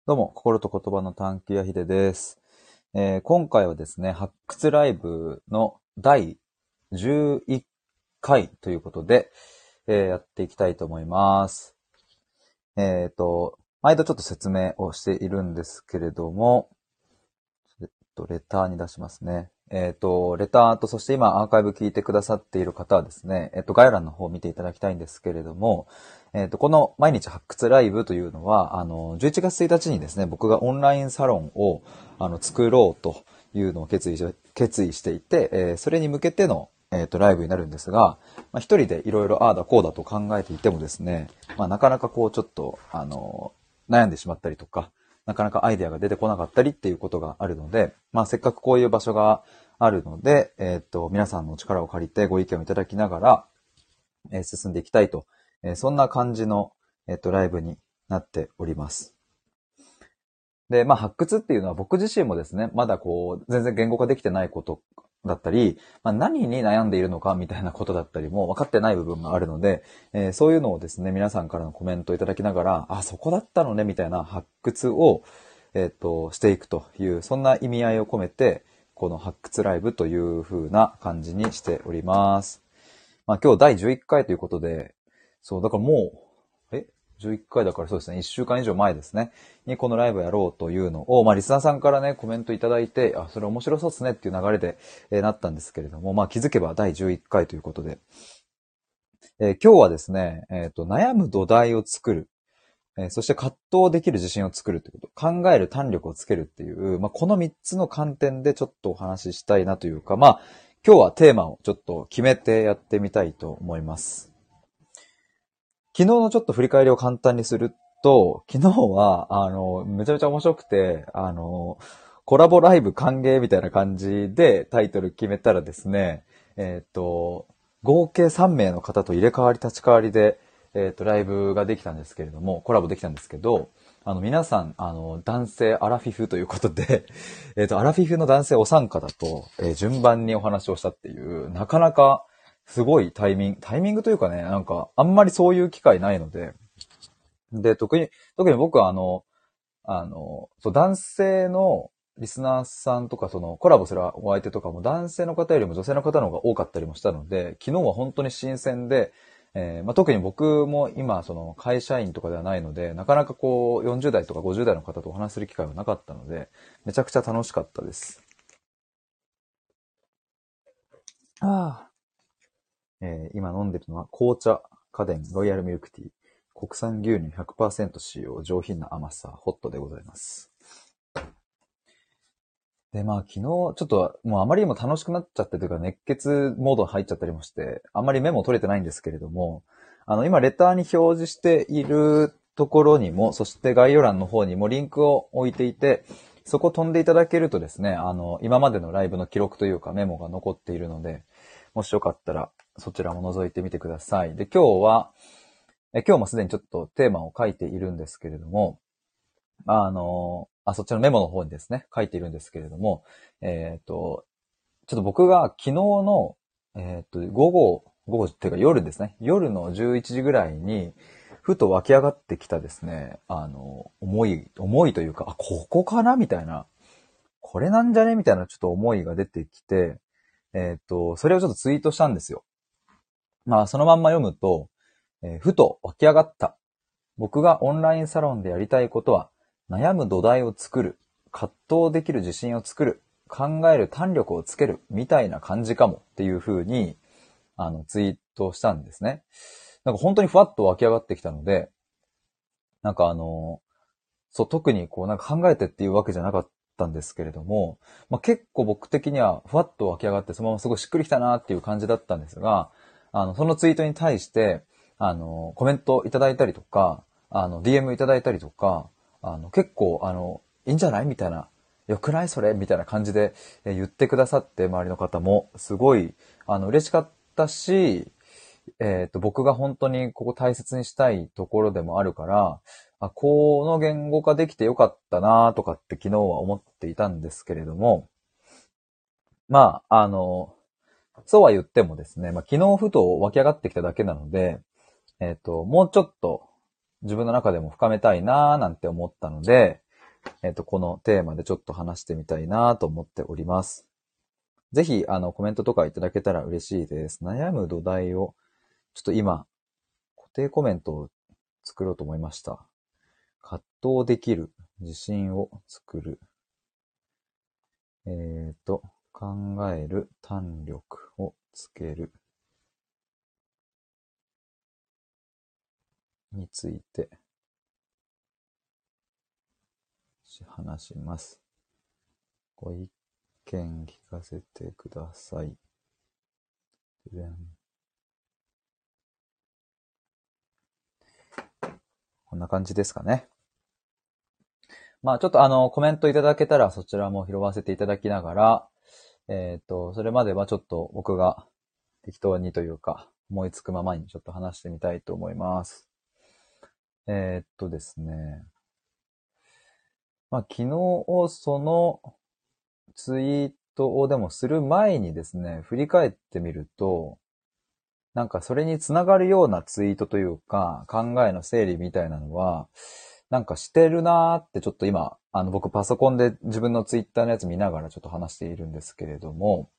どうも、心と言葉の探求やひでです。今回はですね、発掘ライブの第11回ということで、やっていきたいと思います。毎度ちょっと説明をしているんですけれども、レターに出しますね。レターと、そして今アーカイブ聞いてくださっている方はですね、概要欄の方を見ていただきたいんですけれども、この毎日発掘ライブというのは、11月1日にですね、僕がオンラインサロンを、作ろうというのを決意していて、それに向けての、ライブになるんですが、一人でいろいろああだこうだと考えていてもですね、なかなかこうちょっと、悩んでしまったりとか、なかなかアイデアが出てこなかったりっていうことがあるので、せっかくこういう場所があるので、皆さんの力を借りてご意見をいただきながら、進んでいきたいと、そんな感じの、ライブになっております。で、発掘っていうのは僕自身もですね、まだこう、全然言語化できてないことだったり、何に悩んでいるのかみたいなことだったりも分かってない部分があるので、そういうのをですね、皆さんからのコメントをいただきながら、あ、そこだったのね、みたいな発掘を、していくという、そんな意味合いを込めて、この発掘ライブという風な感じにしております。今日第11回ということで、そう、だからもう、11回だからそうですね、1週間以上前ですね、にこのライブやろうというのを、リスナーさんからね、コメントいただいて、あ、それ面白そうですねっていう流れで、なったんですけれども、気づけば第11回ということで、今日はですね、悩む土台を作る、そして葛藤できる自信を作るということ、考える胆力をつけるっていう、この3つの観点でちょっとお話ししたいなというか、今日はテーマをちょっと決めてやってみたいと思います。昨日のちょっと振り返りを簡単にすると、昨日は、めちゃめちゃ面白くて、コラボライブ歓迎みたいな感じでタイトル決めたらですね、合計3名の方と入れ替わり立ち替わりで、ライブができたんですけれども、コラボできたんですけど、皆さん、男性アラフィフということで、アラフィフの男性お三方と、順番にお話をしたっていう、なかなか、すごいタイミングというかね、なんか、あんまりそういう機会ないので、で、特に僕はそう、男性のリスナーさんとか、その、コラボするお相手とかも男性の方よりも女性の方の方が多かったりもしたので、昨日は本当に新鮮で、特に僕も今、その、会社員とかではないので、なかなかこう、40代とか50代の方とお話しする機会はなかったので、めちゃくちゃ楽しかったです。ああ。今飲んでるのは紅茶家電ロイヤルミルクティー。国産牛乳100%使用、上品な甘さ、ホットでございます。で、昨日、ちょっと、もうあまりにも楽しくなっちゃってというか、熱血モードに入っちゃったりもして、あんまりメモ取れてないんですけれども、今、レターに表示しているところにも、そして概要欄の方にもリンクを置いていて、そこ飛んでいただけるとですね、今までのライブの記録というかメモが残っているので、もしよかったら、そちらも覗いてみてください。で、今日もすでにちょっとテーマを書いているんですけれども、そっちのメモの方にですね、書いているんですけれども、ちょっと僕が昨日の、午後っていうか夜ですね、夜の11時ぐらいに、ふと湧き上がってきたですね、思いというか、ここかなみたいな、これなんじゃねみたいなちょっと思いが出てきて、それをちょっとツイートしたんですよ。そのまんま読むと、ふと湧き上がった。僕がオンラインサロンでやりたいことは、悩む土台を作る、葛藤できる自信を作る、考える胆力をつける、みたいな感じかもっていう風に、ツイートしたんですね。なんか本当にふわっと湧き上がってきたので、なんかそう、特にこうなんか考えてっていうわけじゃなかったんですけれども、結構僕的にはふわっと湧き上がってそのまますごいしっくりきたなっていう感じだったんですが、そのツイートに対して、コメントいただいたりとか、DM いただいたりとか、結構、いいんじゃないみたいな、よくないそれみたいな感じで言ってくださって、周りの方も、すごい、嬉しかったし、僕が本当にここ大切にしたいところでもあるから、この言語化できてよかったなとかって昨日は思っていたんですけれども、そうは言ってもですね、昨日ふと湧き上がってきただけなので、もうちょっと自分の中でも深めたいななんて思ったので、 このテーマでちょっと話してみたいなと思っております。ぜひ、コメントとかいただけたら嬉しいです。悩む土台を、ちょっと今、固定コメントを作ろうと思いました。葛藤できる自信を作る。考える胆力をつける。について話します。ご意見聞かせてください。こんな感じですかね。まあちょっとコメントいただけたらそちらも拾わせていただきながら、それまではちょっと僕が適当にというか、思いつくままにちょっと話してみたいと思います。ですね。まあ昨日そのツイートをでもする前にですね、振り返ってみると、なんかそれにつながるようなツイートというか、考えの整理みたいなのは、なんかしてるなーってちょっと今、僕パソコンで自分のツイッターのやつ見ながらちょっと話しているんですけれども、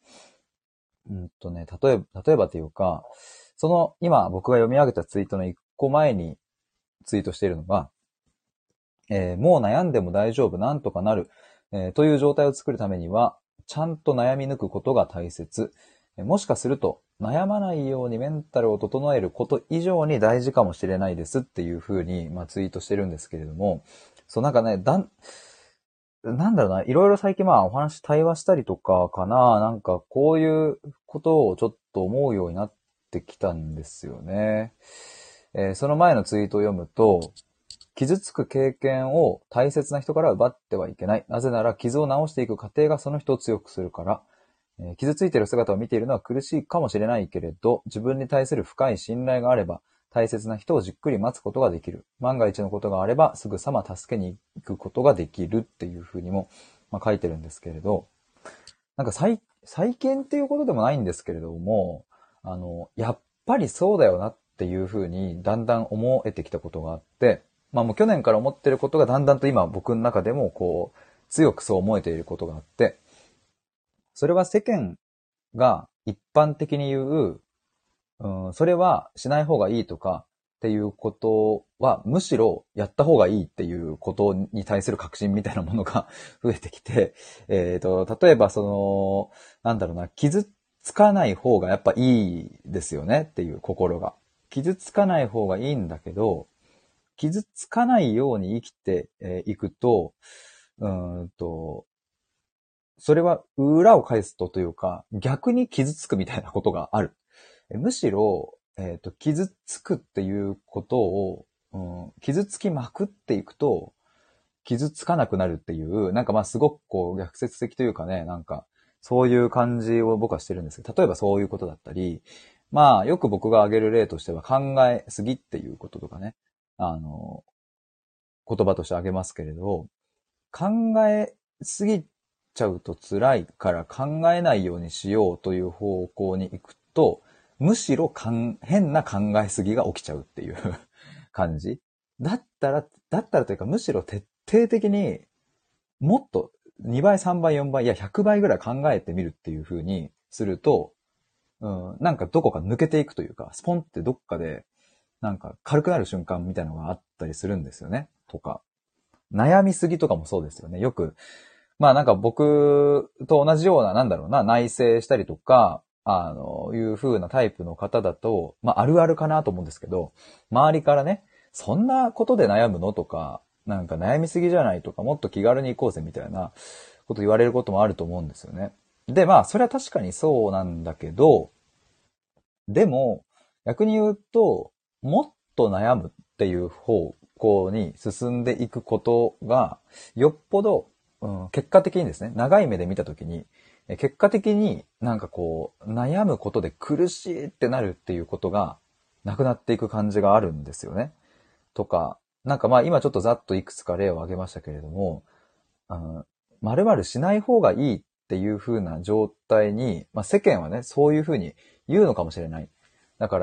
例えばというか、その今僕が読み上げたツイートの一個前にツイートしているのが、もう悩んでも大丈夫、なんとかなる、という状態を作るためには、ちゃんと悩み抜くことが大切。もしかすると、悩まないようにメンタルを整えること以上に大事かもしれないですっていう風に、ツイートしてるんですけれども、そうなんかね、なんだろうな、いろいろ最近対話したりとかかな、なんかこういうことをちょっと思うようになってきたんですよね。その前のツイートを読むと、傷つく経験を大切な人から奪ってはいけない。なぜなら傷を治していく過程がその人を強くするから。傷ついている姿を見ているのは苦しいかもしれないけれど、自分に対する深い信頼があれば、大切な人をじっくり待つことができる。万が一のことがあれば、すぐさま助けに行くことができるっていうふうにも、書いてるんですけれど、なんか再建っていうことでもないんですけれども、やっぱりそうだよなっていうふうにだんだん思えてきたことがあって、もう去年から思ってることがだんだんと今僕の中でもこう、強くそう思えていることがあって、それは世間が一般的に言う、それはしない方がいいとかっていうことは、むしろやった方がいいっていうことに対する確信みたいなものが増えてきて、例えばなんだろうな、傷つかない方がやっぱいいですよねっていう心が。傷つかない方がいいんだけど、傷つかないように生きていくと、うーんと、それは裏を返すというか、逆に傷つくみたいなことがある。むしろ、傷つくっていうことを、傷つきまくっていくと、傷つかなくなるっていう、なんかすごくこう逆説的というかね、なんか、そういう感じを僕はしてるんですけど、例えばそういうことだったり、よく僕が挙げる例としては考えすぎっていうこととかね、あの、言葉として挙げますけれど、考えすぎちゃうと辛いから考えないようにしようという方向に行くと、むしろ変な考えすぎが起きちゃうっていう感じ。だったらというか、むしろ徹底的にもっと2倍、3倍、4倍、いや100倍ぐらい考えてみるっていう風にすると、なんかどこか抜けていくというか、スポンってどっかで、なんか軽くなる瞬間みたいなのがあったりするんですよね。とか。悩みすぎとかもそうですよね。よく、なんか僕と同じような、なんだろうな、内省したりとか、いう風なタイプの方だと、あるあるかなと思うんですけど、周りからね、そんなことで悩むのとか、なんか悩みすぎじゃないとか、もっと気軽に行こうぜみたいなこと言われることもあると思うんですよね。で、それは確かにそうなんだけど、でも、逆に言うと、もっと悩むっていう方向に進んでいくことが、よっぽど、結果的にですね、長い目で見たときに、結果的になんかこう、悩むことで苦しいってなるっていうことが、なくなっていく感じがあるんですよね。とか、なんか今ちょっとざっといくつか例を挙げましたけれども、〇〇しない方がいいっていう風な状態に、世間はね、そういう風に言うのかもしれない。だから、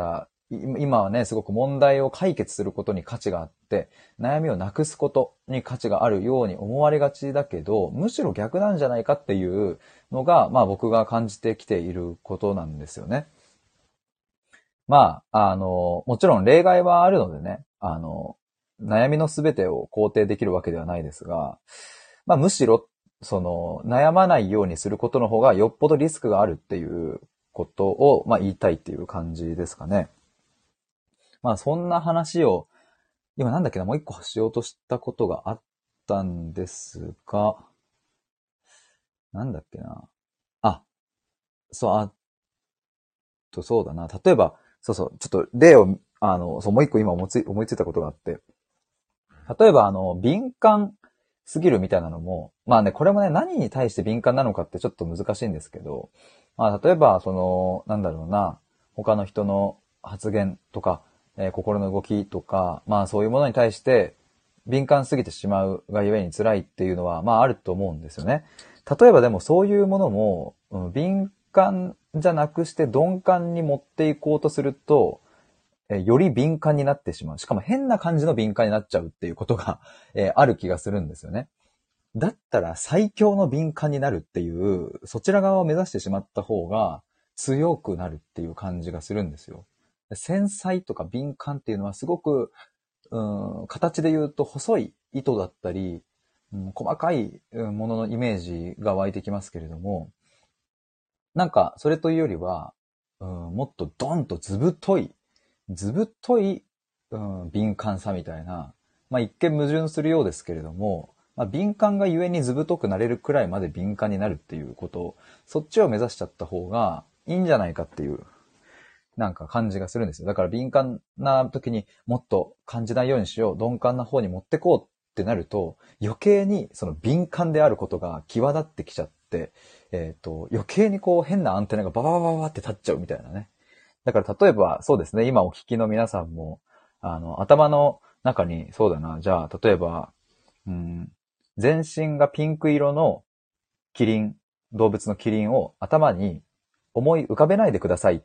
今はね、すごく問題を解決することに価値があって、悩みをなくすことに価値があるように思われがちだけど、むしろ逆なんじゃないかっていうのが、まあ僕が感じてきていることなんですよね。まあ、もちろん例外はあるのでね、悩みのすべてを肯定できるわけではないですが、まあむしろ、悩まないようにすることの方がよっぽどリスクがあるっていうことを、まあ言いたいっていう感じですかね。まあそんな話を、今なんだっけな、もう一個しようとしたことがあったんですが、なんだっけな。あ、そう、そうだな。例えば、そうそう、ちょっと例を、そう、もう一個今思いついたことがあって、例えば、敏感すぎるみたいなのも、まあね、これもね、何に対して敏感なのかってちょっと難しいんですけど、まあ、例えば、なんだろうな、他の人の発言とか、心の動きとか、まあそういうものに対して敏感すぎてしまうがゆえに辛いっていうのは、まああると思うんですよね。例えばでもそういうものも、敏感じゃなくして鈍感に持っていこうとすると、より敏感になってしまう。しかも変な感じの敏感になっちゃうっていうことが、ある気がするんですよね。だったら最強の敏感になるっていう、そちら側を目指してしまった方が強くなるっていう感じがするんですよ。繊細とか敏感っていうのはすごく、形で言うと細い糸だったり、細かいもののイメージが湧いてきますけれども、なんかそれというよりは、もっとドンとずぶとい、敏感さみたいな、まあ一見矛盾するようですけれども、まあ敏感がゆえにずぶとくなれるくらいまで敏感になるっていうこと、そっちを目指しちゃった方がいいんじゃないかっていう、なんか感じがするんですよ。だから敏感な時にもっと感じないようにしよう、鈍感な方に持ってこうってなると、余計にその敏感であることが際立ってきちゃって、余計にこう変なアンテナがバババババって立っちゃうみたいなね。だから例えば、そうですね、今お聞きの皆さんも、頭の中に、そうだな、じゃあ、例えば、うん、全身がピンク色のキリン、動物のキリンを頭に思い浮かべないでくださいって、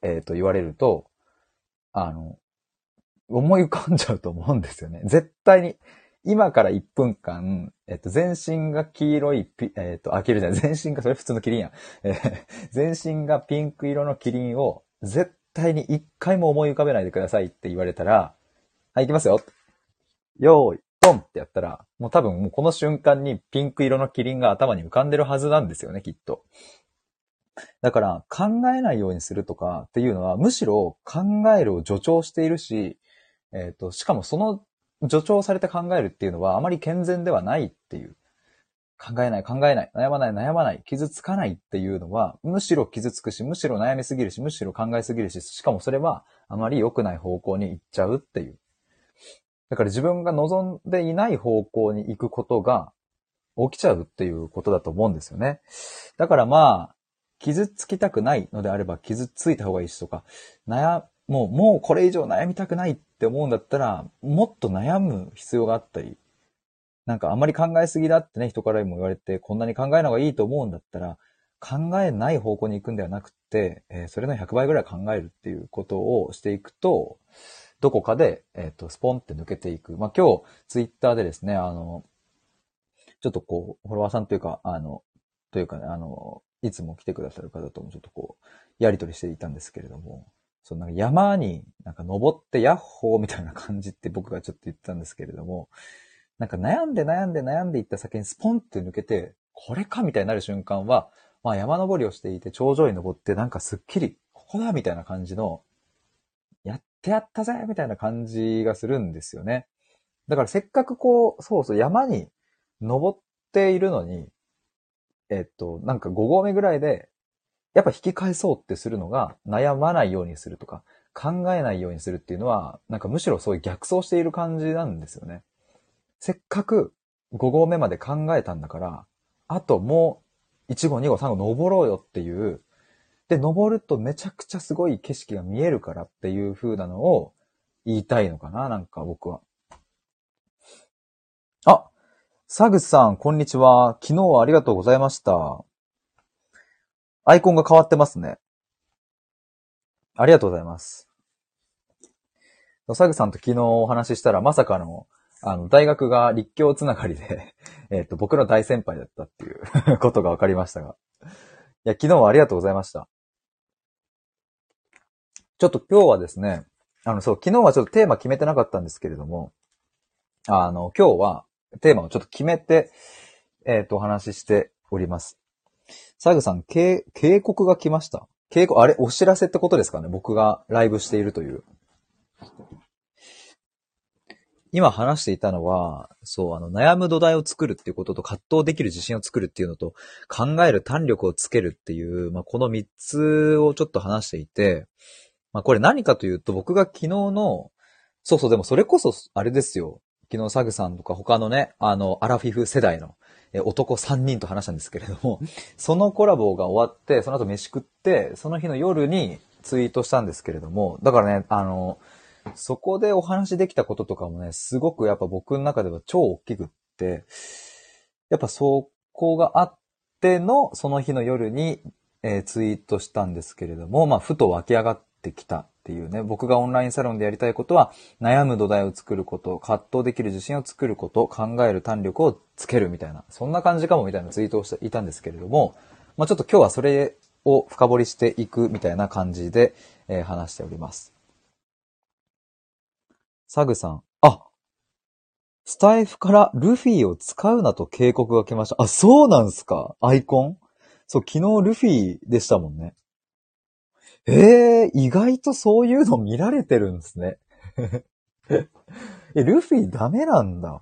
言われると、あの、思い浮かんじゃうと思うんですよね。絶対に。今から1分間、全身が黄色い黄色じゃない、全身が、それ普通のキリンやん。全身がピンク色のキリンを絶対に一回も思い浮かべないでくださいって言われたら、はい、行きますよ。よーい、ドンってやったら、もう多分もうこの瞬間にピンク色のキリンが頭に浮かんでるはずなんですよね、きっと。だから考えないようにするとかっていうのは、むしろ考えるを助長しているし、しかもその助長されて考えるっていうのはあまり健全ではないっていう。考えない、考えない、悩まない、悩まない、傷つかないっていうのは、むしろ傷つくし、むしろ悩みすぎるし、むしろ考えすぎるし、しかもそれはあまり良くない方向に行っちゃうっていう。だから自分が望んでいない方向に行くことが起きちゃうっていうことだと思うんですよね。だからまあ、傷つきたくないのであれば傷ついた方がいいしとか、もうこれ以上悩みたくないって思うんだったら、もっと悩む必要があったり、なんかあんまり考えすぎだってね、人からも言われて、こんなに考えない方がいいと思うんだったら、考えない方向に行くんではなくて、それの100倍ぐらい考えるっていうことをしていくと、どこかで、スポンって抜けていく。まあ、今日、ツイッターでですね、ちょっとこう、フォロワーさんというか、というかね、いつも来てくださる方ともちょっとこう、やりとりしていたんですけれども、そのなんか山になんか登ってヤッホーみたいな感じって僕がちょっと言ったんですけれども、なんか悩んで悩んで悩んでいった先にスポンって抜けて、これかみたいになる瞬間は、まあ山登りをしていて頂上に登ってなんかすっきり、ここだみたいな感じの、やってやったぜみたいな感じがするんですよね。だからせっかくこう、そうそう山に登っているのに、なんか5合目ぐらいで、やっぱ引き返そうってするのが悩まないようにするとか、考えないようにするっていうのは、なんかむしろそういう逆走している感じなんですよね。せっかく5合目まで考えたんだから、あともう1号、2号、3号登ろうよっていう。で、登るとめちゃくちゃすごい景色が見えるからっていう風なのを言いたいのかな、なんか僕は。あ、サグさん、こんにちは。昨日はありがとうございました。アイコンが変わってますね。ありがとうございます。 サグさんと昨日お話ししたら、まさかの、大学が立教つながりで、僕の大先輩だったっていうことが分かりましたが。いや、昨日はありがとうございました。ちょっと今日はですね、そう、昨日はちょっとテーマ決めてなかったんですけれども、今日はテーマをちょっと決めて、お話ししております。サグさん、警告が来ました。警告、あれ、お知らせってことですかね？僕がライブしているという。今話していたのは、そう、悩む土台を作るっていうことと、葛藤できる自信を作るっていうのと、考える胆力をつけるっていう、この三つをちょっと話していて、これ何かというと、僕が昨日の、そうそう、でもそれこそ、あれですよ。昨日サグさんとか他のね、アラフィフ世代の男3人と話したんですけれども、そのコラボが終わって、その後飯食って、その日の夜にツイートしたんですけれども、だからね、そこでお話できたこととかもね、すごくやっぱ僕の中では超大きくって、やっぱそこがあっての、その日の夜に、ツイートしたんですけれども、ふと湧き上がってきたっていうね、僕がオンラインサロンでやりたいことは、悩む土台を作ること、葛藤できる自信を作ること、考える胆力をつけるみたいな、そんな感じかもみたいなツイートをしていたんですけれども、ちょっと今日はそれを深掘りしていくみたいな感じで、話しております。サグさん。スタイフからルフィを使うなと警告が来ました。そうなんすか？アイコン？そう、昨日ルフィでしたもんね。意外とそういうの見られてるんですね。ルフィダメなんだ。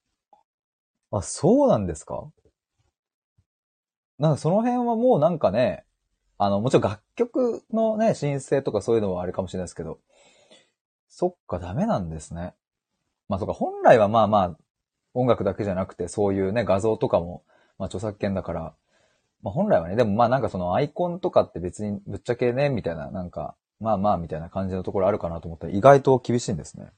そうなんですか？なんかその辺はもうなんかね、もちろん楽曲のね、申請とかそういうのはあれかもしれないですけど、そっか、ダメなんですね。そっか、本来は音楽だけじゃなくて、そういうね、画像とかも、著作権だから、本来はね、でもなんかそのアイコンとかって別にぶっちゃけね、みたいな、なんか、みたいな感じのところあるかなと思ったら意外と厳しいんですね。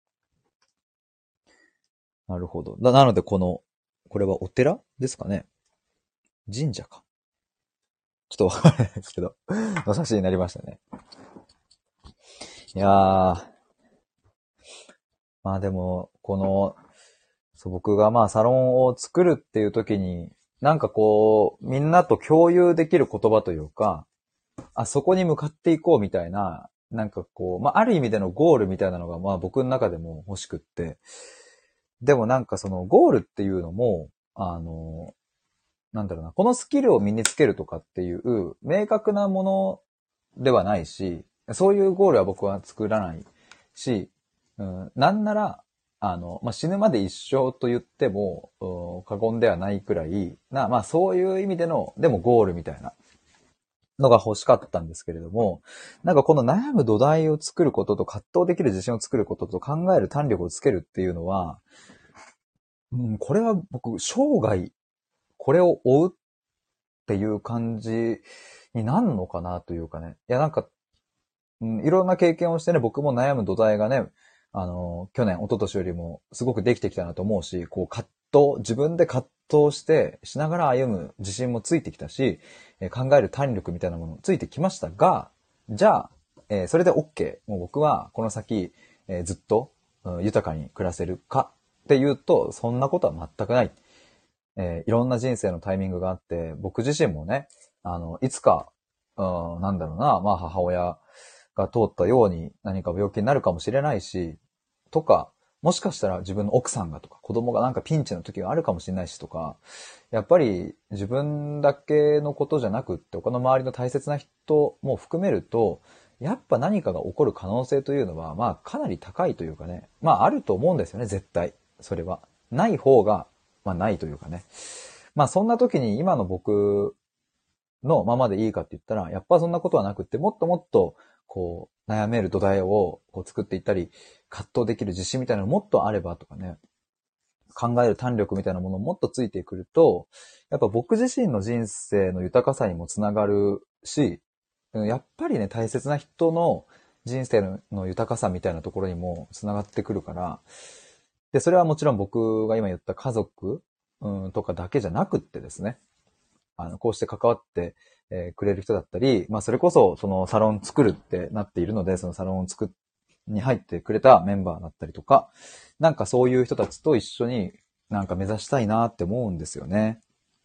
なるほど。なのでこれはお寺ですかね？神社か。ちょっとわからないですけど、の写真になりましたね。いやー、でも、僕がサロンを作るっていう時に、なんかみんなと共有できる言葉というか、そこに向かっていこうみたいな、なんかある意味でのゴールみたいなのが僕の中でも欲しくって、でもなんかそのゴールっていうのも、なんだろうな、このスキルを身につけるとかっていう明確なものではないし、そういうゴールは僕は作らないし、なんなら、死ぬまで一生と言っても、過言ではないくらいな、そういう意味での、でもゴールみたいなのが欲しかったんですけれども、なんかこの悩む土台を作ることと葛藤できる自信を作ることと考える胆力をつけるっていうのは、これは僕、生涯、これを追うっていう感じになるのかなというかね。いや、なんか、いろんな経験をしてね、僕も悩む土台がね、去年、一昨年よりもすごくできてきたなと思うし、自分で葛藤しながら歩む自信もついてきたし、考える胆力みたいなものもついてきましたが、じゃあ、それで OK。もう僕はこの先、ずっと、豊かに暮らせるかっていうと、そんなことは全くない。いろんな人生のタイミングがあって、僕自身もね、いつか、なんだろうな、母親が通ったように何か病気になるかもしれないし、とか、もしかしたら自分の奥さんがとか、子供がなんかピンチの時があるかもしれないしとか、やっぱり自分だけのことじゃなくって、他の周りの大切な人も含めると、やっぱ何かが起こる可能性というのは、かなり高いというかね、あると思うんですよね、絶対。それは。ない方が、ないというかね。そんな時に今の僕のままでいいかって言ったら、やっぱそんなことはなくって、もっともっと、悩める土台を作っていったり、葛藤できる自信みたいなのもっとあればとかね、考える胆力みたいなものもっとついてくると、やっぱ僕自身の人生の豊かさにもつながるし、やっぱりね、大切な人の人生の豊かさみたいなところにもつながってくるから、で、それはもちろん僕が今言った家族、とかだけじゃなくってですね、こうして関わって、くれる人だったり、それこそそのサロン作るってなっているので、そのサロンを作っに入ってくれたメンバーだったりとか、なんかそういう人たちと一緒になんか目指したいなって思うんですよね。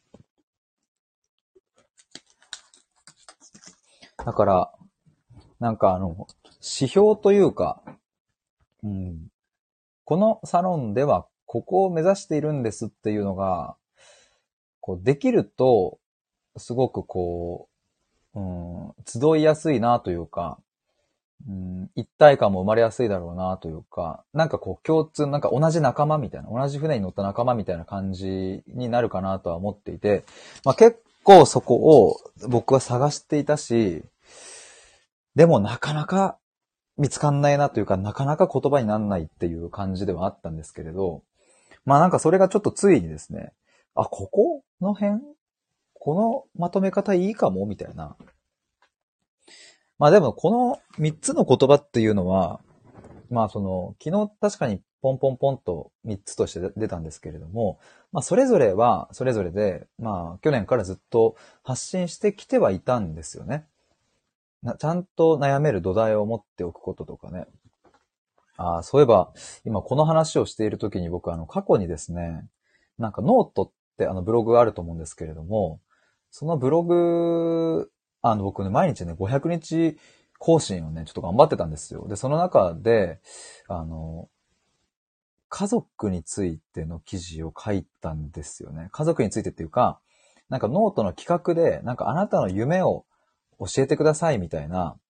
だから、なんか指標というか、うん、このサロンではここを目指しているんですっていうのが、こうできると、すごくこう、集いやすいなというか、一体感も生まれやすいだろうなというか、なんかこう共通、なんか同じ仲間みたいな、同じ船に乗った仲間みたいな感じになるかなとは思っていて、まあ結構そこを僕は探していたし、でもなかなか見つかんないなというか、なかなか言葉にならないっていう感じではあったんですけれど、まあなんかそれがちょっとついにですね、あ、ここの辺このまとめ方いいかもみたいな。まあでもこの3つの言葉っていうのは、まあ昨日確かにポンポンポンと3つとして出たんですけれども、まあそれぞれはそれぞれで、まあ去年からずっと発信してきてはいたんですよね。ちゃんと悩める土台を持っておくこととかね。そういえば、今この話をしている時に僕過去にですね、なんかノートってブログがあると思うんですけれども、そのブログ、僕ね、毎日ね、500日更新をね、ちょっと頑張ってたんですよ。で、その中で、あの、家族についての記事を書いたんですよね。家族についてっていうか、なんかノートの企画で、なんかあなたの夢を教えてくださいみたいな。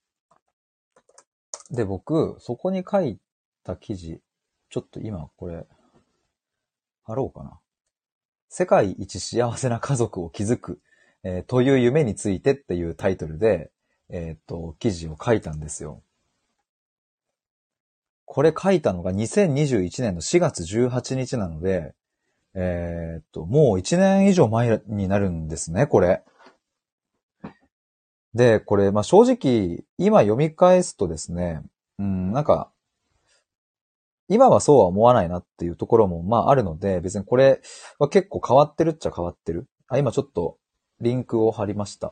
で、僕、そこに書いた記事、ちょっと今これ、貼ろうかな。世界一幸せな家族を築く、という夢についてっていうタイトルで、記事を書いたんですよ。これ書いたのが2021年の4月18日なので、もう1年以上前になるんですね、これ。で、これ、まあ、正直、今読み返すとですね、なんか、今はそうは思わないなっていうところも、まあ、あるので、別にこれは結構変わってるっちゃ変わってる。今ちょっと、リンクを貼りました。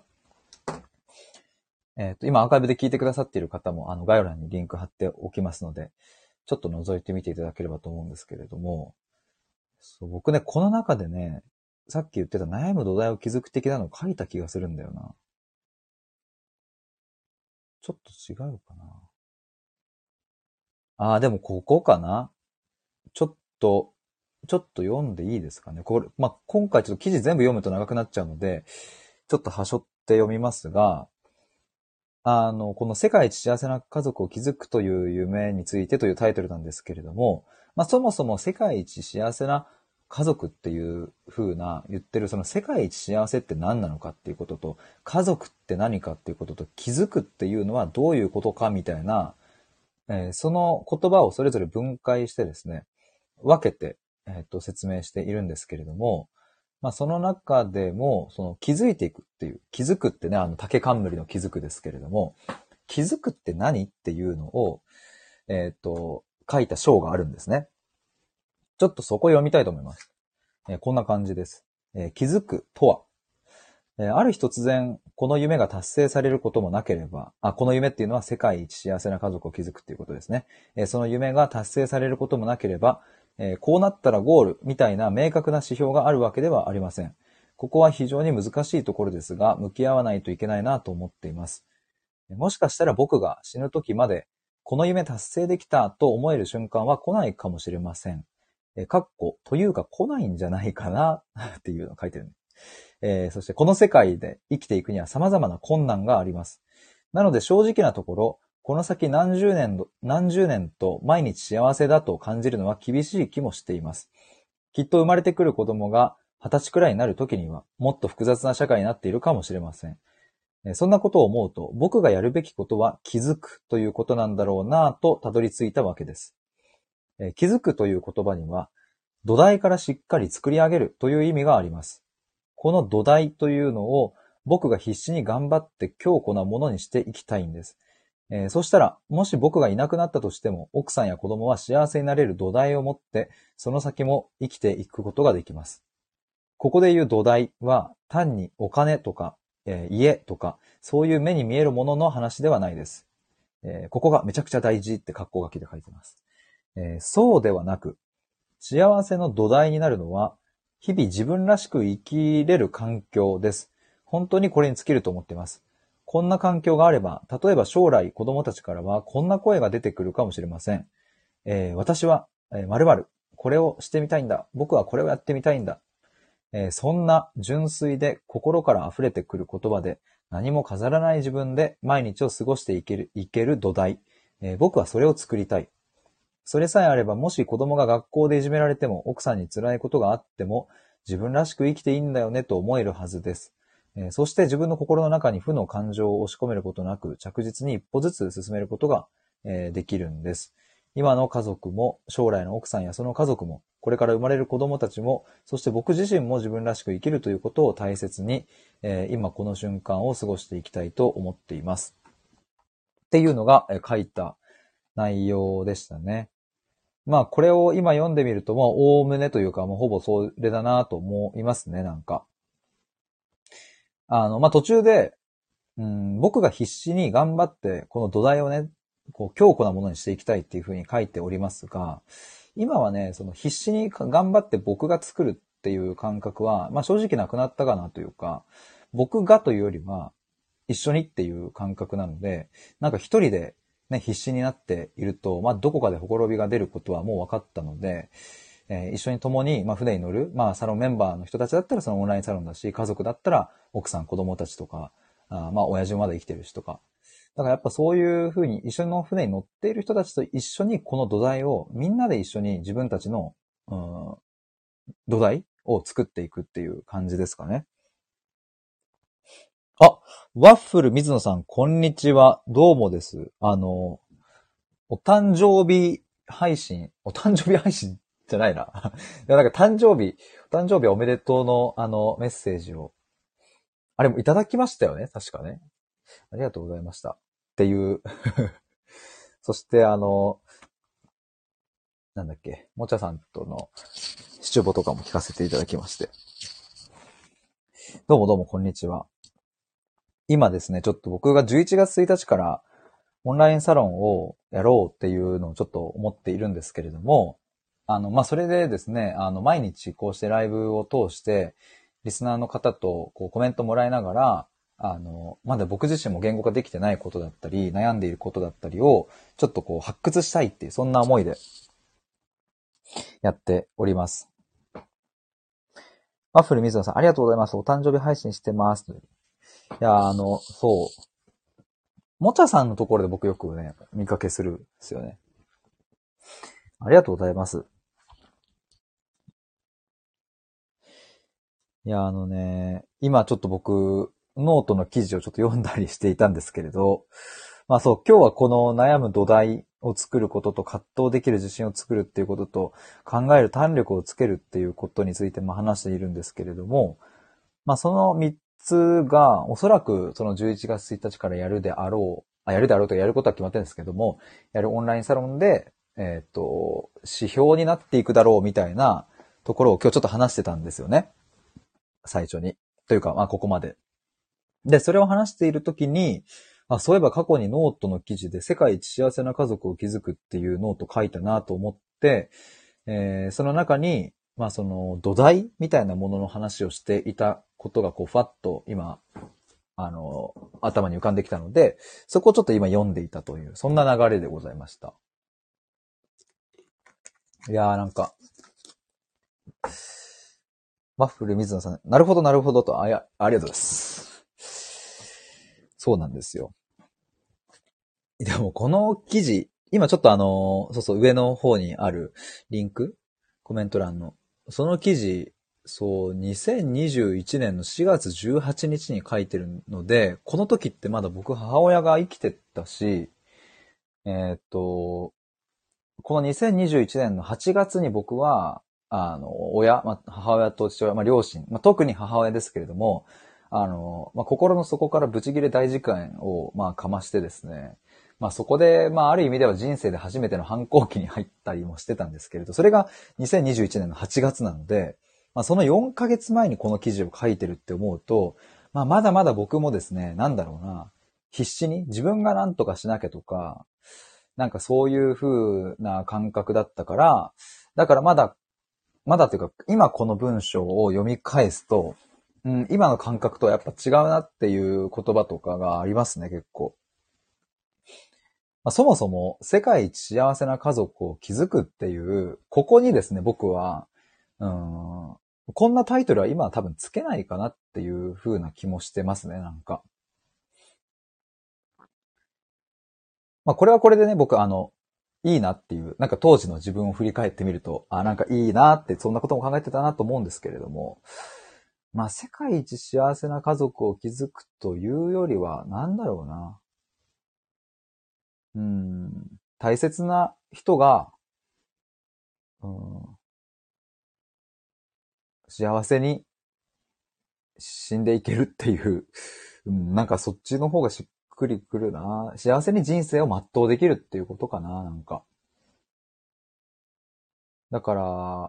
今アーカイブで聞いてくださっている方も、概要欄にリンク貼っておきますので、ちょっと覗いてみていただければと思うんですけれども、そう僕ね、この中でね、さっき言ってた悩む土台を築く的なのを書いた気がするんだよな。ちょっと違うかな。でもここかな。ちょっと、ちょっと読んでいいですかね。これ、まあ、今回ちょっと記事全部読むと長くなっちゃうので、ちょっと端折って読みますが、この世界一幸せな家族を築くという夢についてというタイトルなんですけれども、まあそもそも世界一幸せな家族っていう風な言ってるその世界一幸せって何なのかっていうことと、家族って何かっていうことと、築くっていうのはどういうことかみたいな、その言葉をそれぞれ分解してですね、分けて、説明しているんですけれども、まあ、その中でも、その気づいていくっていう、気づくってね、竹冠の気づくですけれども、気づくって何っていうのを、書いた章があるんですね。ちょっとそこ読みたいと思います。こんな感じです。気づくとは、ある日突然、この夢が達成されることもなければ、この夢っていうのは世界一幸せな家族を築くっていうことですね。その夢が達成されることもなければ、こうなったらゴールみたいな明確な指標があるわけではありません。ここは非常に難しいところですが、向き合わないといけないなと思っています。もしかしたら僕が死ぬ時まで、この夢達成できたと思える瞬間は来ないかもしれません。というか来ないんじゃないかなっていうのを書いてる、そしてこの世界で生きていくには様々な困難があります。なので正直なところ、この先何十年と毎日幸せだと感じるのは厳しい気もしています。きっと生まれてくる子供が20歳くらいになる時にはもっと複雑な社会になっているかもしれません。そんなことを思うと僕がやるべきことは気づくということなんだろうなぁとたどり着いたわけです。気づくという言葉には土台からしっかり作り上げるという意味があります。この土台というのを僕が必死に頑張って強固なものにしていきたいんです。そしたら、もし僕がいなくなったとしても、奥さんや子供は幸せになれる土台を持って、その先も生きていくことができます。ここで言う土台は、単にお金とか、家とか、そういう目に見えるものの話ではないです。 ここがめちゃくちゃ大事って括弧書きで書いてます。そうではなく、幸せの土台になるのは、日々自分らしく生きれる環境です。本当にこれに尽きると思っています。こんな環境があれば、例えば将来子供たちからはこんな声が出てくるかもしれません。私は、〇〇、これをしてみたいんだ。僕はこれをやってみたいんだ。そんな純粋で心から溢れてくる言葉で、何も飾らない自分で毎日を過ごしていける土台。僕はそれを作りたい。それさえあれば、もし子供が学校でいじめられても、奥さんに辛いことがあっても、自分らしく生きていいんだよねと思えるはずです。そして自分の心の中に負の感情を押し込めることなく、着実に一歩ずつ進めることが、できるんです。今の家族も、将来の奥さんやその家族も、これから生まれる子供たちも、そして僕自身も自分らしく生きるということを大切に、今この瞬間を過ごしていきたいと思っています。っていうのが書いた内容でしたね。まあこれを今読んでみると、もうおおむねというかもうほぼそれだなと思いますね、なんか。まあ途中で、僕が必死に頑張ってこの土台をね、こう強固なものにしていきたいっていうふうに書いておりますが、今はね、その必死に頑張って僕が作るっていう感覚は、まあ正直なくなったかなというか、僕がというよりは一緒にっていう感覚なので、なんか一人でね、必死になっていると、まあどこかでほころびが出ることはもう分かったので、一緒に共に、まあ、船に乗る、まあ、サロンメンバーの人たちだったらそのオンラインサロンだし、家族だったら奥さん、子供たちとか、まあ、親父もまだ生きてるしとか。だからやっぱそういうふうに一緒の船に乗っている人たちと一緒にこの土台を、みんなで一緒に自分たちの、土台を作っていくっていう感じですかね。あ、ワッフル水野さん、こんにちは。どうもです。お誕生日お誕生日配信じゃないな。いやなんかお誕生日おめでとうのメッセージを、あれもいただきましたよね、確かね。ありがとうございました。っていうそしてなんだっけ、もちゃさんとの七五とかも聞かせていただきまして。どうもどうもこんにちは。今ですね、ちょっと僕が11月1日からオンラインサロンをやろうっていうのをちょっと思っているんですけれども、まあ、それでですね、毎日こうしてライブを通して、リスナーの方とこうコメントもらいながら、まだ僕自身も言語化できてないことだったり、悩んでいることだったりを、ちょっとこう発掘したいっていう、そんな思いでやっております。ワッフル水野さん、ありがとうございます。お誕生日配信してます。いや、そう。もちゃさんのところで僕よくね、見かけするんですよね。ありがとうございます。いや、今ちょっと僕、ノートの記事をちょっと読んだりしていたんですけれど、まあそう、今日はこの悩む土台を作ることと葛藤できる自信を作るっていうことと考える胆力をつけるっていうことについても話しているんですけれども、まあその3つがおそらくその11月1日からやるであろうとやることは決まってるんですけども、やるオンラインサロンで、指標になっていくだろうみたいなところを今日ちょっと話してたんですよね。最初に。というか、まあここまで。で、それを話しているときに、そういえば過去にノートの記事で世界一幸せな家族を築くっていうノート書いたなと思って、その中に、まあその土台みたいなものの話をしていたことがこうファッと今、頭に浮かんできたので、そこをちょっと今読んでいたという、そんな流れでございました。いやーなんか、ワッフル水野さん、なるほどなるほどと、ありがとうございます。そうなんですよ。でもこの記事、今ちょっとそうそう、上の方にあるリンク、コメント欄の、その記事、そう、2021年の4月18日に書いてるので、この時ってまだ僕母親が生きてたし、この2021年の8月に僕は、まあ、母親と父親、まあ、両親、まあ、特に母親ですけれども、まあ、心の底からブチギレ大事件を、まあ、かましてですね、まあ、そこで、まあ、ある意味では人生で初めての反抗期に入ったりもしてたんですけれど、それが2021年の8月なので、まあ、その4ヶ月前にこの記事を書いてるって思うと、まあ、まだまだ僕もですね、なんだろうな、 必死に自分が何とかしなきゃとか、なんかそういう風な感覚だったから、だからまだというか、今この文章を読み返すと、今の感覚とはやっぱ違うなっていう言葉とかがありますね、結構。そもそも世界一幸せな家族を築くっていう、ここにですね、僕は、こんなタイトルは今は多分つけないかなっていう風な気もしてますね、なんか。これはこれでね、僕いいなっていう、なんか当時の自分を振り返ってみると、なんかいいなって、そんなことも考えてたなと思うんですけれども、世界一幸せな家族を築くというよりは、なんだろうな。大切な人が、うん、幸せに死んでいけるっていう、なんかそっちの方がしっくりくるな。幸せに人生を全うできるっていうことかな、なんか。だから、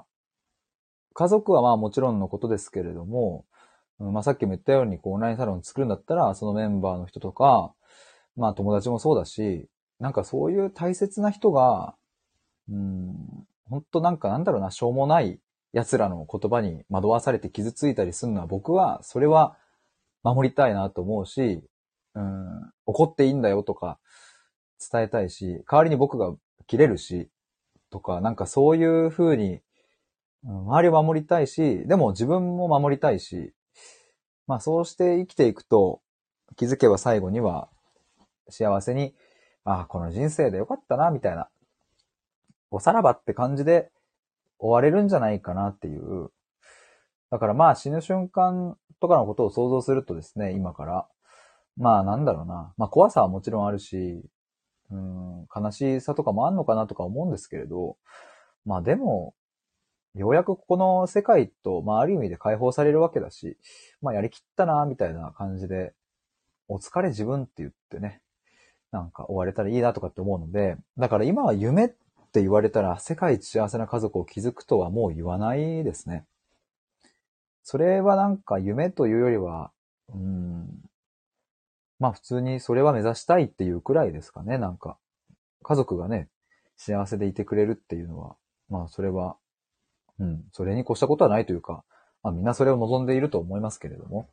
家族はもちろんのことですけれども、さっきも言ったようにオンラインサロン作るんだったら、そのメンバーの人とか、友達もそうだし、なんかそういう大切な人が、本当なんかなんだろうな、しょうもない奴らの言葉に惑わされて傷ついたりするのは僕は、それは守りたいなと思うし、怒っていいんだよとか伝えたいし、代わりに僕が切れるし、とか、なんかそういう風に、周りを守りたいし、でも自分も守りたいし、そうして生きていくと、気づけば最後には幸せに、この人生でよかったな、みたいな、おさらばって感じで終われるんじゃないかなっていう。だから死ぬ瞬間とかのことを想像するとですね、今から。なんだろうな。怖さはもちろんあるし、悲しさとかもあんのかなとか思うんですけれど、でも、ようやくここの世界と、ある意味で解放されるわけだし、やりきったな、みたいな感じで、お疲れ自分って言ってね、なんか終われたらいいなとかって思うので、だから今は夢って言われたら世界一幸せな家族を築くとはもう言わないですね。それはなんか夢というよりは、うん、普通にそれは目指したいっていうくらいですかね、なんか。家族がね、幸せでいてくれるっていうのは、それは、それに越したことはないというか、みんなそれを望んでいると思いますけれども。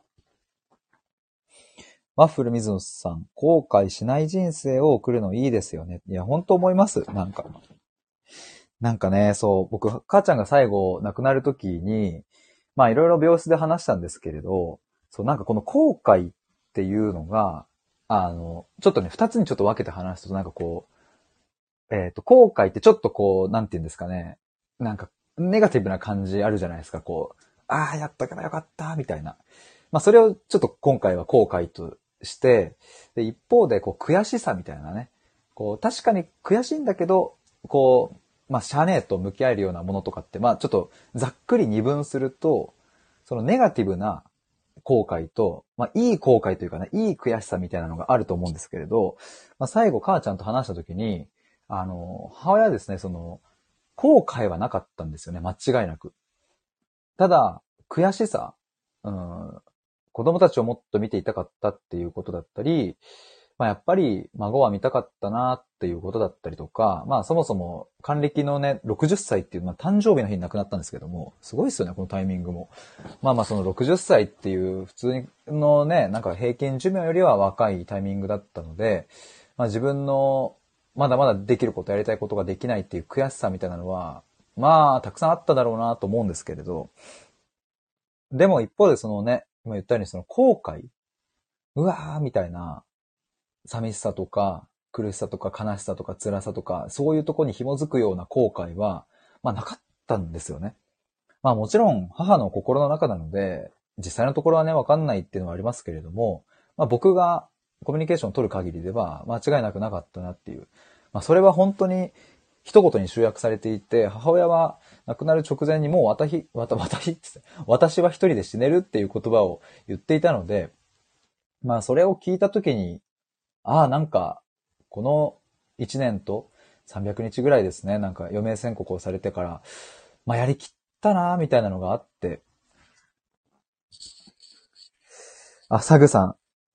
ワッフル水野さん、後悔しない人生を送るのいいですよね。いや、本当思います。なんかね、そう、僕、母ちゃんが最後亡くなる時に、いろいろ病室で話したんですけれど、そう、なんかこの後悔っていうのが、ちょっとね、二つにちょっと分けて話すと、なんか後悔ってちょっとなんて言うんですかね、なんか、ネガティブな感じあるじゃないですか、やっとけばよかった、みたいな。それをちょっと今回は後悔として、で、一方で、悔しさみたいなね。確かに悔しいんだけど、しゃあねえと向き合えるようなものとかって、ちょっとざっくり二分すると、そのネガティブな後悔と、いい後悔というかね、いい悔しさみたいなのがあると思うんですけれど、最後、母ちゃんと話したときに、母親はですね、後悔はなかったんですよね、間違いなく。ただ、悔しさ、子供たちをもっと見ていたかったっていうことだったり、やっぱり孫は見たかったなっていうことだったりとか、そもそも還暦のね、60歳っていう、誕生日の日に亡くなったんですけども、すごいですよね、このタイミングも。その60歳っていう普通のね、なんか平均寿命よりは若いタイミングだったので、自分のまだまだできること、やりたいことができないっていう悔しさみたいなのは、たくさんあっただろうなと思うんですけれど、でも一方でそのね、今言ったようにその後悔、うわーみたいな寂しさとか苦しさとか悲しさとか辛さとか、そういうところに紐づくような後悔は、なかったんですよね。もちろん母の心の中なので、実際のところはね、わかんないっていうのはありますけれども、僕がコミュニケーションを取る限りでは間違いなくなかったなっていう。それは本当に一言に集約されていて、母親は亡くなる直前にもう私は一人で死ねるっていう言葉を言っていたので、それを聞いたときに、なんか、この1年と300日ぐらいですね、なんか余命宣告をされてから、やりきったなみたいなのがあって、サグさん。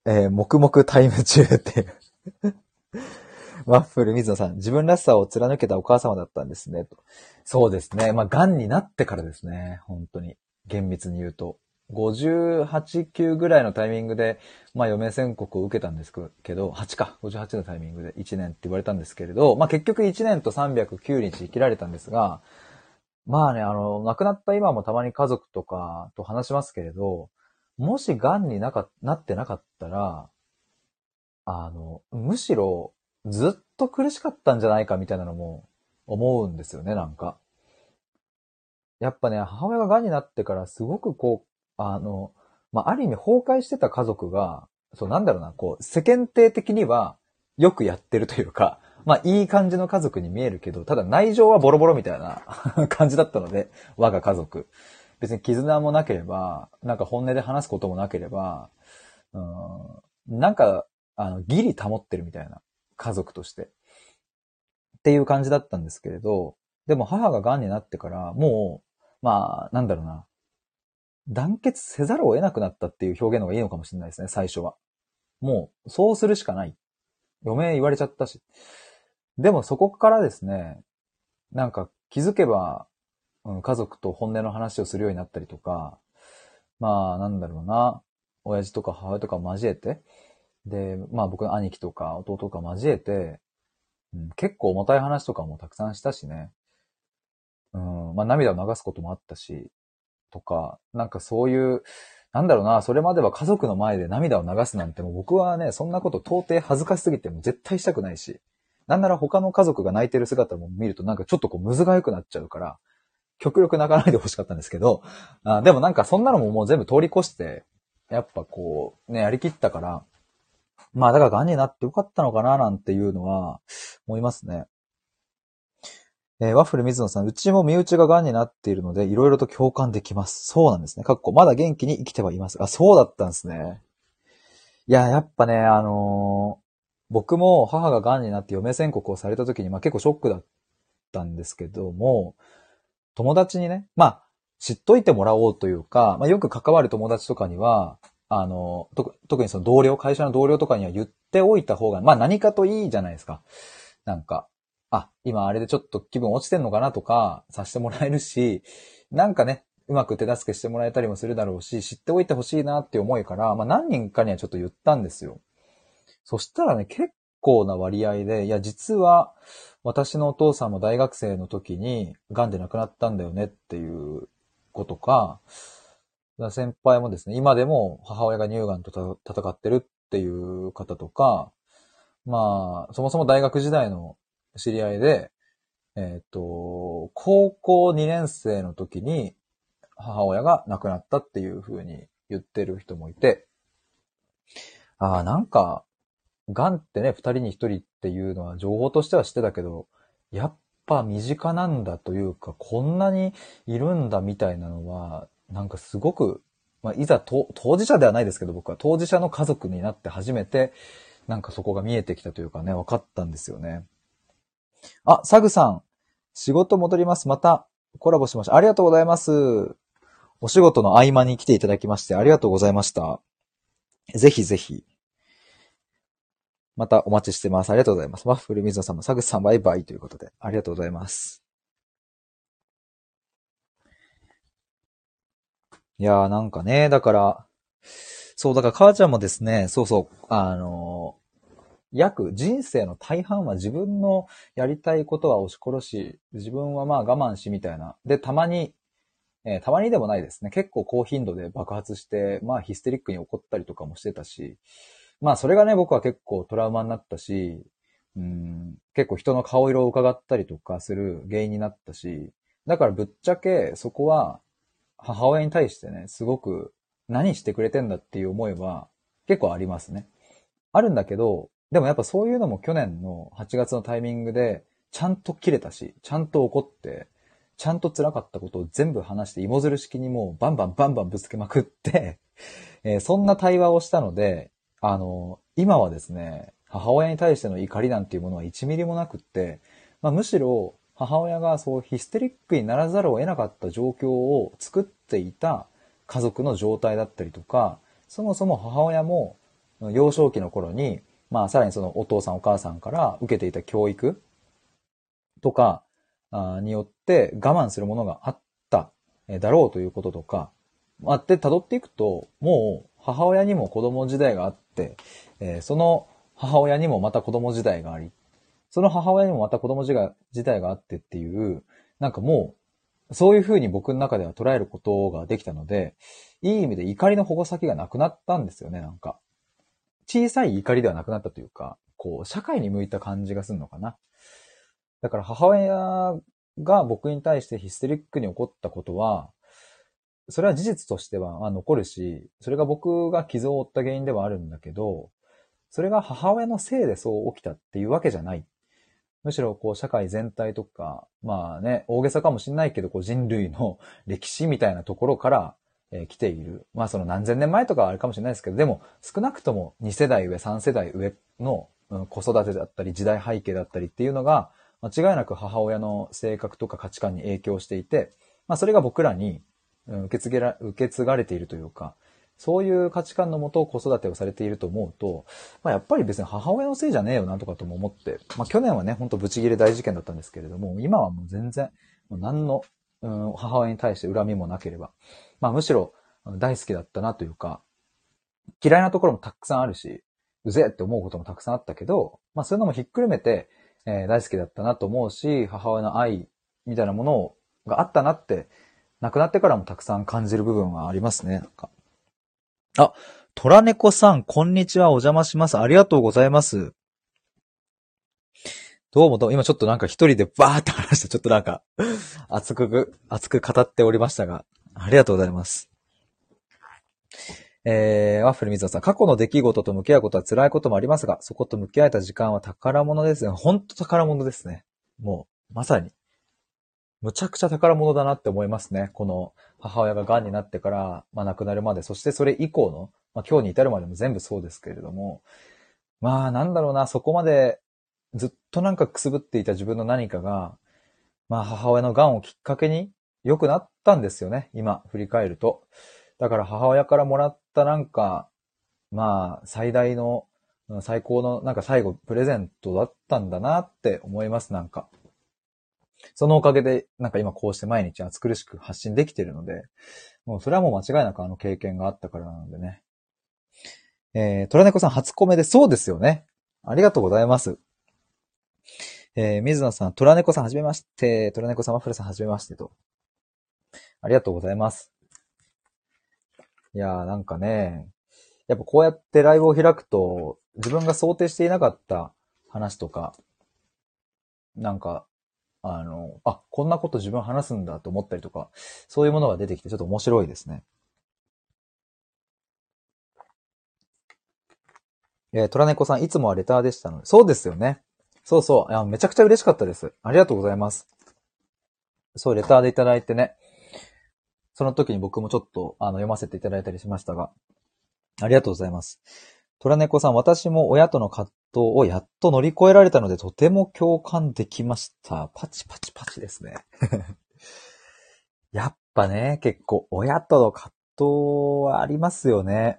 黙々タイム中っていう。ワッフル水野さん、自分らしさを貫けたお母様だったんですね。とそうですね。まあ、癌になってからですね。本当に。厳密に言うと。58、9ぐらいのタイミングで、まあ、余命宣告を受けたんですけど、8か。58のタイミングで1年って言われたんですけれど、まあ、結局1年と309日生きられたんですが、まあね、亡くなった今もたまに家族とかと話しますけれど、もし癌になってなかったら、むしろずっと苦しかったんじゃないかみたいなのも思うんですよね、なんか。やっぱね、母親が癌になってからすごくこう、まあ、ある意味崩壊してた家族が、そうなんだろうな、こう、世間体的にはよくやってるというか、まあ、いい感じの家族に見えるけど、ただ内情はボロボロみたいな感じだったので、我が家族。別に絆もなければ、なんか本音で話すこともなければ、うん、なんか、ギリ保ってるみたいな家族として。っていう感じだったんですけれど、でも母が癌になってから、もう、まあ、なんだろうな、団結せざるを得なくなったっていう表現の方がいいのかもしれないですね、最初は。もう、そうするしかない。余命言われちゃったし。でもそこからですね、なんか気づけば、家族と本音の話をするようになったりとか、まあ、なんだろうな、親父とか母親とか交えて、で、まあ僕の兄貴とか弟とか交えて、結構重たい話とかもたくさんしたしね。まあ涙を流すこともあったし、とか、なんかそういう、なんだろうな、それまでは家族の前で涙を流すなんてもう僕はね、そんなこと到底恥ずかしすぎても絶対したくないし、なんなら他の家族が泣いてる姿も見るとなんかちょっとこうむずがゆくなっちゃうから、極力泣かないでほしかったんですけど、でもなんかそんなのももう全部通り越して、やっぱこう、ね、やりきったから、まあだから癌になってよかったのかななんていうのは思いますね。ワッフル水野さん、うちも身内が癌になっているので、いろいろと共感できます。そうなんですね。かっこ、まだ元気に生きてはいます。あ、そうだったんですね。いや、やっぱね、僕も母が癌になって余命宣告をされた時に、まあ結構ショックだったんですけども、友達にね、まあ、知っといてもらおうというか、まあよく関わる友達とかには、特にその同僚、会社の同僚とかには言っておいた方が、まあ何かといいじゃないですか。なんか、今あれでちょっと気分落ちてんのかなとかさせてもらえるし、なんかね、うまく手助けしてもらえたりもするだろうし、知っておいてほしいなっていう思いから、まあ何人かにはちょっと言ったんですよ。そしたらね、結構な割合で、いや、実は私のお父さんも大学生の時に癌で亡くなったんだよねっていうことか、先輩もですね、今でも母親が乳がんと戦ってるっていう方とか、まあ、そもそも大学時代の知り合いで、高校2年生の時に母親が亡くなったっていう風に言ってる人もいて、なんか、癌ってね、二人に一人っていうのは情報としては知ってたけど、やっぱ身近なんだというか、こんなにいるんだみたいなのは、なんかすごく、まあ、いざ当事者ではないですけど、僕は当事者の家族になって初めて、なんかそこが見えてきたというかね、分かったんですよね。サグさん、仕事戻ります。またコラボしましょう。ありがとうございます。お仕事の合間に来ていただきましてありがとうございました。ぜひぜひ、またお待ちしてます。ありがとうございます。ワッフル水野さんもサグさんバイバイということで、ありがとうございます。いやーなんかね、だから、そう、だから母ちゃんもですね、そうそう、人生の大半は自分のやりたいことは押し殺し、自分はまあ我慢しみたいな。で、たまにでもないですね。結構高頻度で爆発して、まあヒステリックに怒ったりとかもしてたし、まあそれがね、僕は結構トラウマになったし、結構人の顔色を伺ったりとかする原因になったし、だからぶっちゃけそこは母親に対してね、すごく何してくれてんだっていう思いは結構ありますね。あるんだけど、でもやっぱそういうのも去年の8月のタイミングでちゃんと切れたし、ちゃんと怒って、ちゃんと辛かったことを全部話して芋づる式にもうバンバンバンバンぶつけまくってそんな対話をしたので、今はですね、母親に対しての怒りなんていうものは1ミリもなくって、まあ、むしろ母親がそうヒステリックにならざるを得なかった状況を作っていた家族の状態だったりとか、そもそも母親も幼少期の頃に、まあさらにそのお父さんお母さんから受けていた教育とかによって我慢するものがあっただろうということとか、あって辿っていくと、もう母親にも子供時代があって、その母親にもまた子供時代があり、その母親にもまた子供時代があってっていう、なんかもう、そういう風に僕の中では捉えることができたので、いい意味で怒りの矛先がなくなったんですよね、なんか。小さい怒りではなくなったというか、こう、社会に向いた感じがするのかな。だから母親が僕に対してヒステリックに起こったことは、それは事実としては残るし、それが僕が傷を負った原因ではあるんだけど、それが母親のせいでそう起きたっていうわけじゃない。むしろこう社会全体とか、まあね、大げさかもしれないけど、こう人類の歴史みたいなところから、来ている。まあその何千年前とかはあれかもしれないですけど、でも少なくとも2世代上、3世代上の、子育てだったり時代背景だったりっていうのが、間違いなく母親の性格とか価値観に影響していて、まあそれが僕らに、受け継がれているというか、そういう価値観のもと子育てをされていると思うと、まあ、やっぱり別に母親のせいじゃねえよなとかとも思って、まあ去年はね、ほんとブチギレ大事件だったんですけれども、今はもう全然、もう何の、母親に対して恨みもなければ、まあむしろ大好きだったなというか、嫌いなところもたくさんあるし、うぜえって思うこともたくさんあったけど、まあそういうのもひっくるめて、大好きだったなと思うし、母親の愛みたいなものがあったなって、亡くなってからもたくさん感じる部分はありますね。なんかあ、トラネコさん、こんにちは、お邪魔します。ありがとうございます。どうもどうも、今ちょっとなんか一人でバーって話して、ちょっとなんか、熱く語っておりましたが、ありがとうございます。ワッフル水野さん、過去の出来事と向き合うことは辛いこともありますが、そこと向き合えた時間は宝物ですね。ほんと宝物ですね。もう、まさに、むちゃくちゃ宝物だなって思いますね。この母親が癌になってから、まあ亡くなるまで、そしてそれ以降の、まあ今日に至るまでも全部そうですけれども、まあなんだろうな、そこまでずっとなんかくすぶっていた自分の何かが、まあ母親の癌をきっかけに良くなったんですよね、今振り返ると。だから母親からもらったなんか、まあ最大の、最高のなんか最後プレゼントだったんだなって思います、なんか。そのおかげで、なんか今こうして毎日暑苦しく発信できているので、もうそれはもう間違いなくあの経験があったからなのでね。トラネコさん初コメでそうですよね。ありがとうございます。水野さん、トラネコさんはじめまして。トラネコさん、ワッフルさんはじめましてと。ありがとうございます。いやーなんかね、やっぱこうやってライブを開くと、自分が想定していなかった話とか、なんか、こんなこと自分話すんだと思ったりとか、そういうものが出てきてちょっと面白いですね。トラネコさん、いつもはレターでしたので。そうですよね。そうそう。めちゃくちゃ嬉しかったです。ありがとうございます。そう、レターでいただいてね。その時に僕もちょっと、読ませていただいたりしましたが。ありがとうございます。トラネコさん、私も親との葛藤をやっと乗り越えられたので、とても共感できました。パチパチパチですね。やっぱね、結構、親との葛藤はありますよね。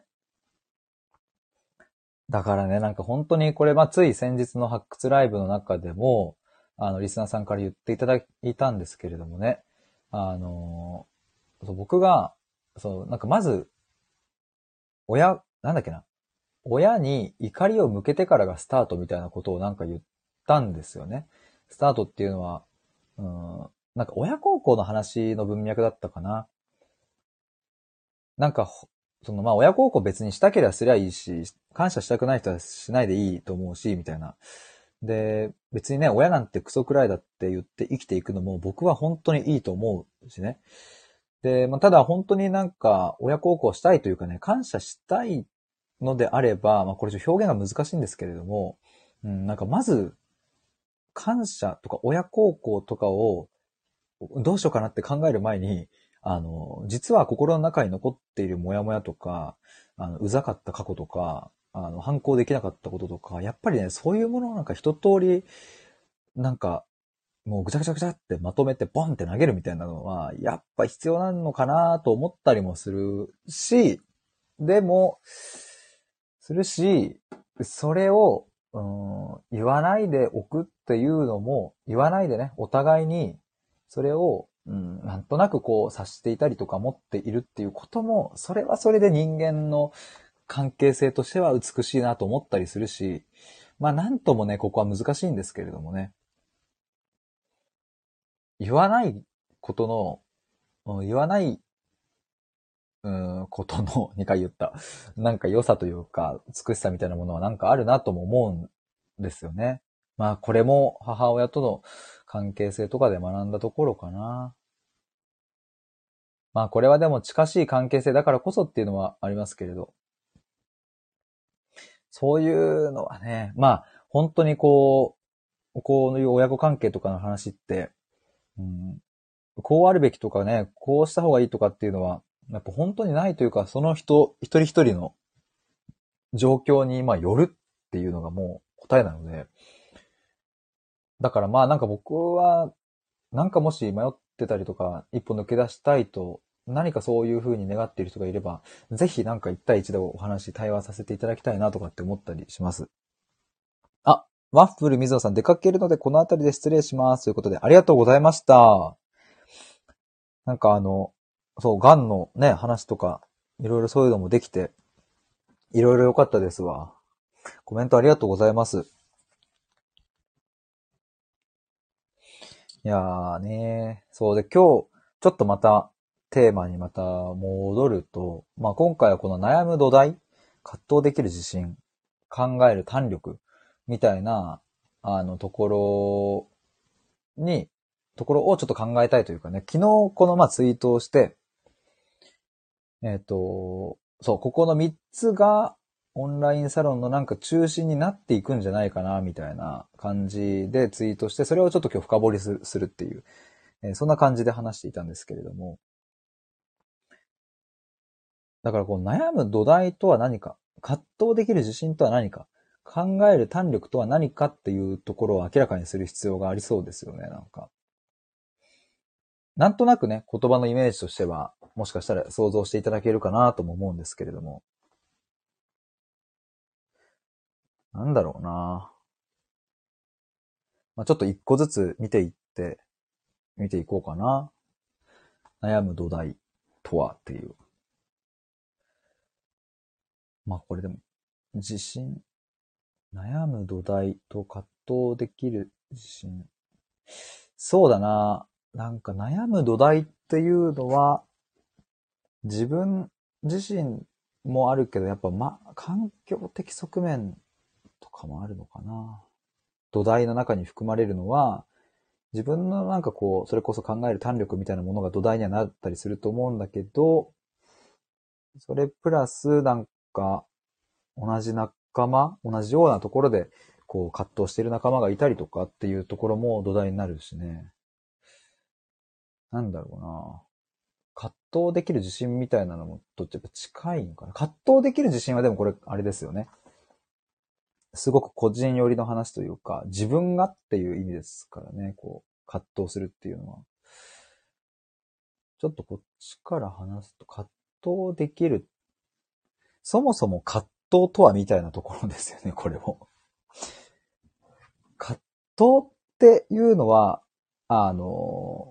だからね、なんか本当にこれ、まあ、つい先日の発掘ライブの中でも、リスナーさんから言っていただいたんですけれどもね、そう僕が、そう、なんかまず、なんだっけな、親に怒りを向けてからがスタートみたいなことをなんか言ったんですよね。スタートっていうのは、うん、なんか親孝行の話の文脈だったかな。なんか、まあ、親孝行別にしたければすりゃいいし、感謝したくない人はしないでいいと思うし、みたいな。で、別にね、親なんてクソくらいだって言って生きていくのも僕は本当にいいと思うしね。で、まあ、ただ本当になんか親孝行したいというかね、感謝したいのであれば、まあ、これ表現が難しいんですけれども、なんかまず、感謝とか親孝行とかをどうしようかなって考える前に、実は心の中に残っているモヤモヤとか、うざかった過去とか、反抗できなかったこととか、やっぱりね、そういうものをなんか一通り、なんか、もうぐちゃぐちゃぐちゃってまとめてボンって投げるみたいなのは、やっぱ必要なのかなと思ったりもするし、でも、 するし、それを、言わないでおくっていうのも、言わないでね、お互いに、それを、なんとなくこう、察していたりとか持っているっていうことも、それはそれで人間の関係性としては美しいなと思ったりするし、まあなんともね、ここは難しいんですけれどもね。言わないことの、言わないことの、2回言った。なんか良さというか、美しさみたいなものはなんかあるなとも思うんですよね。まあこれも母親との関係性とかで学んだところかな。まあこれはでも近しい関係性だからこそっていうのはありますけれど。そういうのはね、まあ本当にこういう親子関係とかの話って、うん、こうあるべきとかね、こうした方がいいとかっていうのは、やっぱ本当にないというか、その人、一人一人の状況にまあよるっていうのがもう答えなので、だからまあなんか僕は、なんかもし迷ってたりとか、一歩抜け出したいと、何かそういう風に願っている人がいれば、ぜひなんか一対一でお話、対話させていただきたいなとかって思ったりします。あ、ワッフル水野さん出かけるのでこの辺りで失礼します。ということでありがとうございました。なんかそう、癌のね、話とか、いろいろそういうのもできて、いろいろ良かったですわ。コメントありがとうございます。いやーねー。そうで、今日、ちょっとまた、テーマにまた戻ると、まあ今回はこの悩む土台、葛藤できる自信、考える胆力、みたいな、とこところをちょっと考えたいというかね、昨日このまあツイートをして、そう、ここの3つがオンラインサロンのなんか中心になっていくんじゃないかな、みたいな感じでツイートして、それをちょっと今日深掘りするっていう、そんな感じで話していたんですけれども、だからこう悩む土台とは何か、葛藤できる自信とは何か、考える胆力とは何かっていうところを明らかにする必要がありそうですよね、なんか。なんとなくね、言葉のイメージとしては、もしかしたら想像していただけるかなとも思うんですけれども、なんだろうな。まあ、ちょっと一個ずつ見ていこうかな。悩む土台とはっていう。まあこれでも、自信、悩む土台と葛藤できる自信。そうだな。なんか悩む土台っていうのは、自分自身もあるけど、やっぱ環境的側面とかもあるのかな。土台の中に含まれるのは、自分のなんかこう、それこそ考える胆力みたいなものが土台にはなったりすると思うんだけど、それプラスなんか同じようなところでこう葛藤している仲間がいたりとかっていうところも土台になるしね。なんだろうな。葛藤できる自信みたいなのもとやっぱ近いのかな。葛藤できる自信はでもこれあれですよね。すごく個人寄りの話というか、自分がっていう意味ですからね。こう、葛藤するっていうのは。ちょっとこっちから話すと、葛藤できる。そもそも葛藤とはみたいなところですよね、これも。葛藤っていうのは、あの、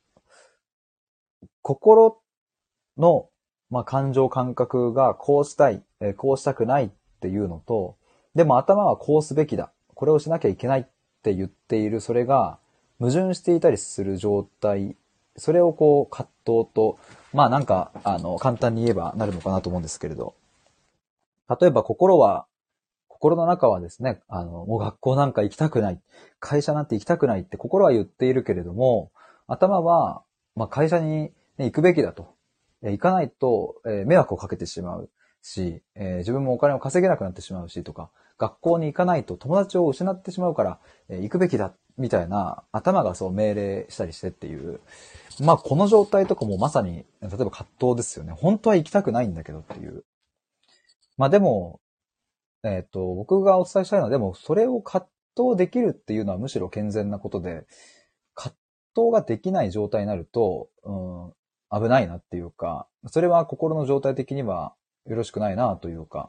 心の、まあ、感情感覚がこうしたい、こうしたくないっていうのと、でも頭はこうすべきだ。これをしなきゃいけないって言っている、それが矛盾していたりする状態。それをこう、葛藤と、まあなんか、簡単に言えばなるのかなと思うんですけれど。例えば心の中はですね、もう学校なんか行きたくない。会社なんて行きたくないって心は言っているけれども、頭は、まあ、会社に、ね、行くべきだと。行かないと、迷惑をかけてしまうし、自分もお金を稼げなくなってしまうしとか、学校に行かないと友達を失ってしまうから、行くべきだ、みたいな、頭がそう命令したりしてっていう。まあ、この状態とかもまさに、例えば葛藤ですよね。本当は行きたくないんだけどっていう。まあでも、僕がお伝えしたいのは、でも、それを葛藤できるっていうのはむしろ健全なことで、葛藤ができない状態になると、危ないなっていうか、それは心の状態的にはよろしくないなというか、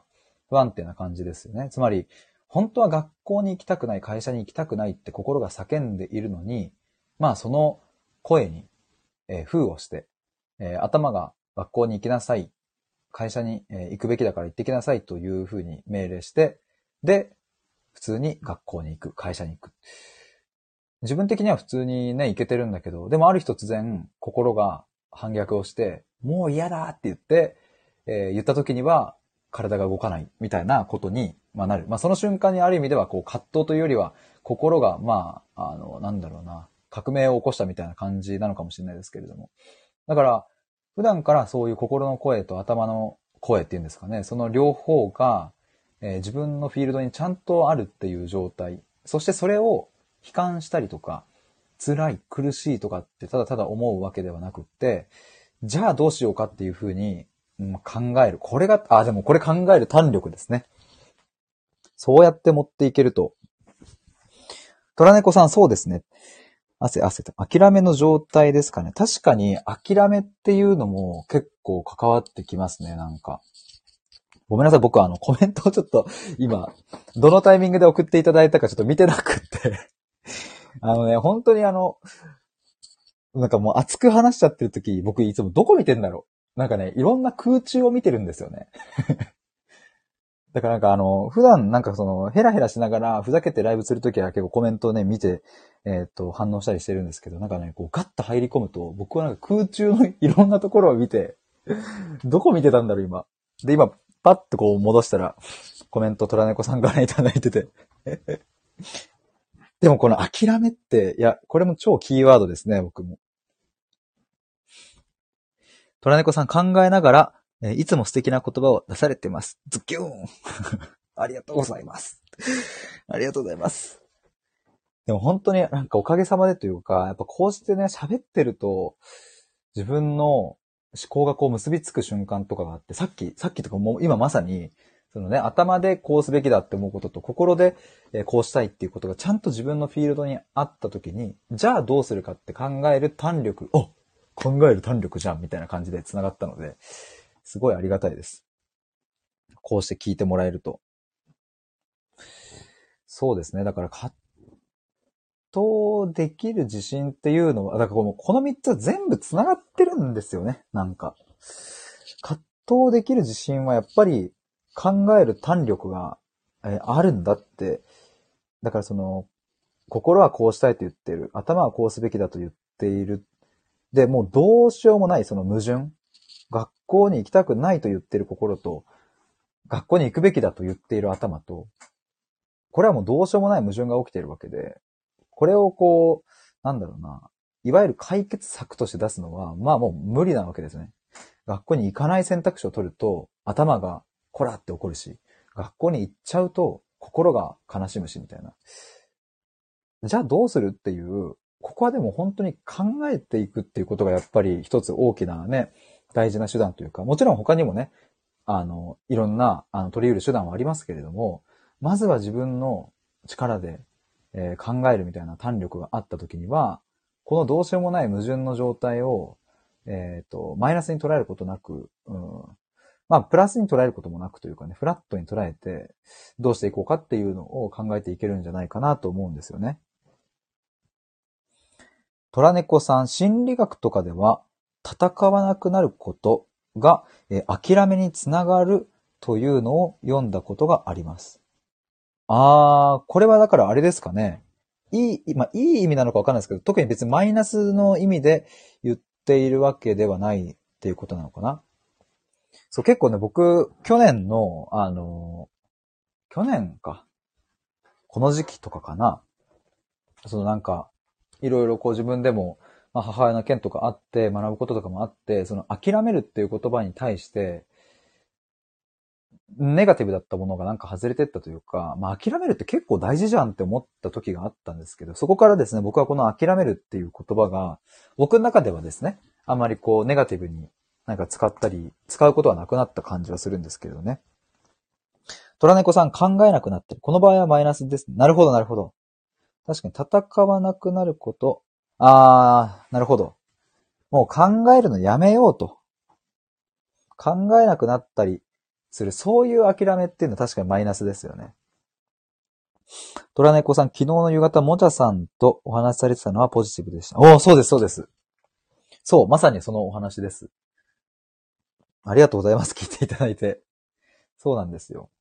不安定な感じですよね。つまり、本当は学校に行きたくない、会社に行きたくないって心が叫んでいるのに、まあその声に、封をして、頭が学校に行きなさい、会社に、行くべきだから行ってきなさいというふうに命令して、で、普通に学校に行く、会社に行く。自分的には普通にね、行けてるんだけど、でもある日突然、心が反逆をして、もう嫌だって言って、言った時には、体が動かないみたいなことに、なる。その瞬間にある意味では、葛藤というよりは、心が、なんだろうな、革命を起こしたみたいな感じなのかもしれないですけれども。だから、普段からそういう心の声と頭の声っていうんですかね、その両方が、自分のフィールドにちゃんとあるっていう状態。そしてそれを悲観したりとか、辛い、苦しいとかってただただ思うわけではなくって、じゃあどうしようかっていうふうに考える。これが、でもこれ考える胆力ですね。そうやって持っていけると。虎猫さん、そうですね。汗と。諦めの状態ですかね。確かに、諦めっていうのも結構関わってきますね、なんか。ごめんなさい、僕コメントをちょっと、今、どのタイミングで送っていただいたかちょっと見てなくって本当になんかもう熱く話しちゃってる時、僕いつもどこ見てんだろう。なんかね、いろんな空中を見てるんですよね。だからなんか普段なんかヘラヘラしながら、ふざけてライブするときは結構コメントをね、見て、反応したりしてるんですけど、なんかね、ガッと入り込むと、僕はなんか空中のいろんなところを見て、どこ見てたんだろう、今。で、今、パッと戻したら、コメント虎猫さんからいただいてて。でもこの諦めって、いや、これも超キーワードですね、僕も。虎猫さん考えながら、いつも素敵な言葉を出されてます。ズキューンありがとうございます。ありがとうございます。でも本当になんかおかげさまでというか、やっぱこうしてね、喋ってると、自分の思考が結びつく瞬間とかがあって、さっきとかもう今まさに、頭でこうすべきだって思うことと、心でこうしたいっていうことがちゃんと自分のフィールドにあった時に、じゃあどうするかって考える胆力、考える胆力じゃんみたいな感じで繋がったので、すごいありがたいです。こうして聞いてもらえると。そうですね。だから葛藤できる自信っていうのは、だからこの3つは全部繋がってるんですよね。なんか。葛藤できる自信はやっぱり考える胆力があるんだって。だから心はこうしたいと言っている。頭はこうすべきだと言っている。で、もうどうしようもないその矛盾。学校に行きたくないと言っている心と、学校に行くべきだと言っている頭と、これはもうどうしようもない矛盾が起きているわけで、これをなんだろうな、いわゆる解決策として出すのは、もう無理なわけですね。学校に行かない選択肢を取ると、頭がこらって怒るし、学校に行っちゃうと、心が悲しむし、みたいな。じゃあどうするっていう、ここはでも本当に考えていくっていうことがやっぱり一つ大きなね、大事な手段というか、もちろん他にもね、いろんな、取り得る手段はありますけれども、まずは自分の力で、考えるみたいな胆力があった時には、このどうしようもない矛盾の状態を、マイナスに捉えることなく、プラスに捉えることもなくというかね、フラットに捉えて、どうしていこうかっていうのを考えていけるんじゃないかなと思うんですよね。虎猫さん、心理学とかでは、戦わなくなることが、諦めにつながるというのを読んだことがあります。これはだからあれですかね。いい意味なのかわかんないですけど、特に別にマイナスの意味で言っているわけではないっていうことなのかな。そう、結構ね、僕、去年の、去年か。この時期とかかな。なんか、いろいろ自分でも、母親の件とかあって、学ぶこととかもあって、諦めるっていう言葉に対して、ネガティブだったものがなんか外れてったというか、諦めるって結構大事じゃんって思った時があったんですけど、そこからですね、僕はこの諦めるっていう言葉が、僕の中ではですね、あまりネガティブになんか使ったり、使うことはなくなった感じはするんですけどね。虎猫さん考えなくなってる。この場合はマイナスです。なるほど、なるほど。確かに戦わなくなること。なるほど。もう考えるのやめようと。考えなくなったり、 する。そういう諦めっていうのは確かにマイナスですよね。トラネコさん、昨日の夕方、もじゃさんとお話しされてたのはポジティブでした。おー、そうです、そうです。そう、まさにそのお話です。ありがとうございます。聞いていただいて。そうなんですよ。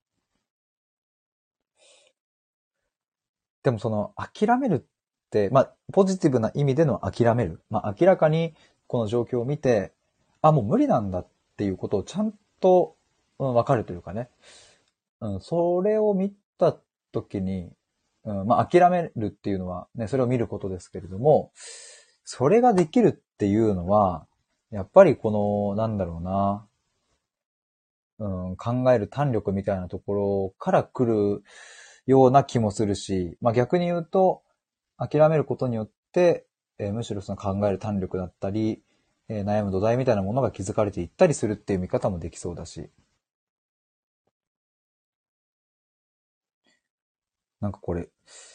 でもその、諦めるって、まあ、ポジティブな意味での諦める。まあ、明らかにこの状況を見て、あ、もう無理なんだっていうことをちゃんと、わかるというかね。それを見たときに、まあ、諦めるっていうのはね、それを見ることですけれども、それができるっていうのは、やっぱりこの、なんだろうな、考える胆力みたいなところから来るような気もするし、まあ逆に言うと、諦めることによって、むしろその考える胆力だったり、悩む土台みたいなものが築かれていったりするっていう見方もできそうだし、なんかこれ、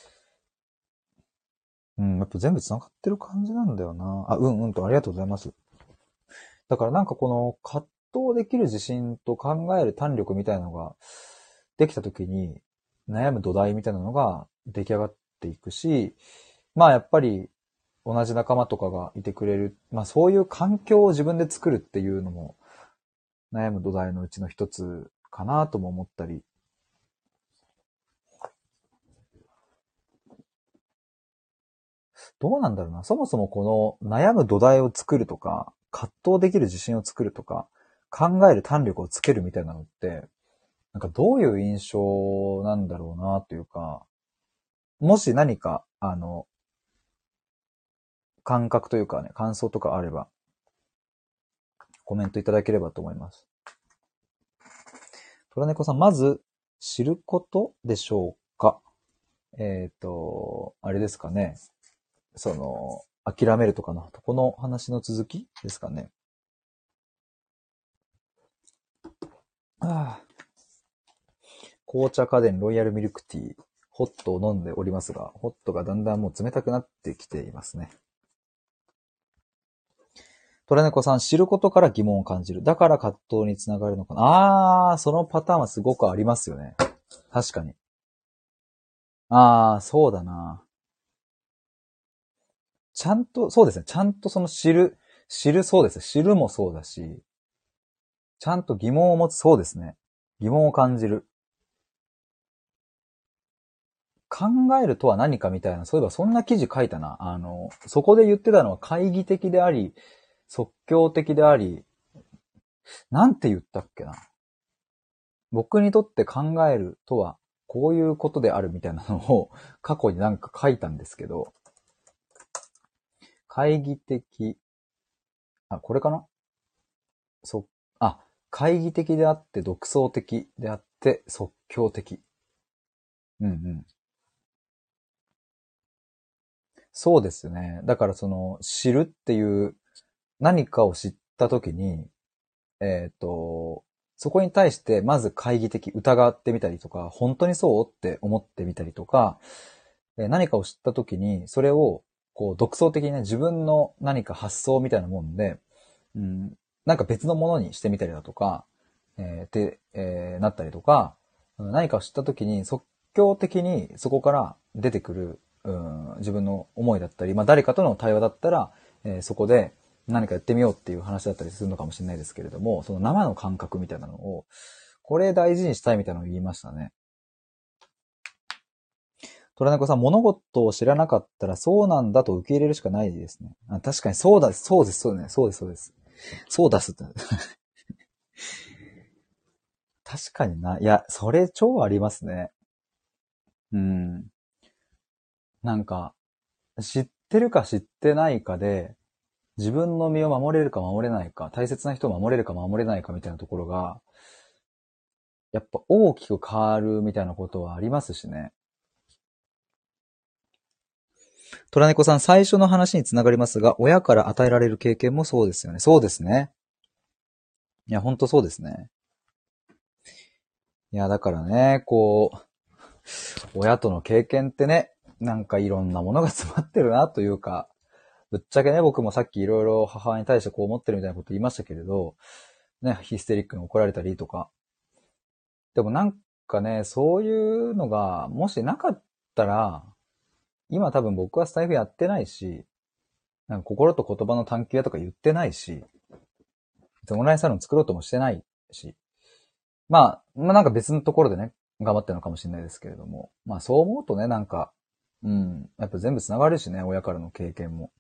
やっぱ全部繋がってる感じなんだよな。あ、ありがとうございます。だからなんかこの葛藤できる自信と考える胆力みたいなのができた時に悩む土台みたいなのが出来上がっていくし、まあやっぱり同じ仲間とかがいてくれる、まあそういう環境を自分で作るっていうのも悩む土台のうちの一つかなとも思ったり、どうなんだろうな。そもそもこの悩む土台を作るとか、葛藤できる自信を作るとか、考える胆力をつけるみたいなのって、なんかどういう印象なんだろうなというか、もし何か、感覚というかね、感想とかあれば、コメントいただければと思います。トラネコさん、まず、知ることでしょうか？あれですかね。その、諦めるとかの、この話の続きですかね。ああ、紅茶家電ロイヤルミルクティー、ホットを飲んでおりますが、ホットがだんだんもう冷たくなってきていますね。トラネコさん、知ることから疑問を感じる。だから葛藤につながるのかな。そのパターンはすごくありますよね。確かに。そうだな。ちゃんと、そうですね。ちゃんとその知るそうです。知るもそうだし、ちゃんと疑問を持つそうですね。疑問を感じる。考えるとは何かみたいな、そういえばそんな記事書いたな。そこで言ってたのは懐疑的であり、即興的であり、なんて言ったっけな。僕にとって考えるとは、こういうことであるみたいなのを過去になんか書いたんですけど、懐疑的、これかな。そ、懐疑的であって、独創的であって、即興的。うんうん。そうですよね。だからその、知るっていう何かを知ったときに、そこに対してまず懐疑的、疑ってみたりとか、本当にそうって思ってみたりとか、何かを知ったときに、それを、こう、独創的にね、自分の何か発想みたいなもんで、うん、なんか別のものにしてみたりだとか、なったりとか、何かを知ったときに即興的にそこから出てくる、自分の思いだったり、まあ誰かとの対話だったら、そこで何かやってみようっていう話だったりするのかもしれないですけれども、その生の感覚みたいなのを、これ大事にしたいみたいなのを言いましたね。虎猫さん、物事を知らなかったらそうなんだと受け入れるしかないですね。確かにそうだ、そうです、そうです、そうです、そうです。そうだすって。確かにな。いや、それ超ありますね。うん。なんか、知ってるか知ってないかで、自分の身を守れるか守れないか、大切な人を守れるか守れないかみたいなところが、やっぱ大きく変わるみたいなことはありますしね。虎猫さん、最初の話につながりますが、親から与えられる経験もそうですよね。そうですね。いや、ほんとそうですね。いや、だからね、こう、親との経験ってね、なんかいろんなものが詰まってるなというか、ぶっちゃけね、僕もさっきいろいろ母親に対してこう思ってるみたいなこと言いましたけれど、ね、ヒステリックに怒られたりとか、 でもなんかね、そういうのが、もしなかったら、今多分僕はスタイフやってないし、なんか心と言葉の探求屋とか言ってないし、オンラインサロン作ろうともしてないし、まあなんか別のところでね、頑張ってるのかもしれないですけれども、まあそう思うとね、なんか、やっぱ全部繋がるしね、親からの経験も。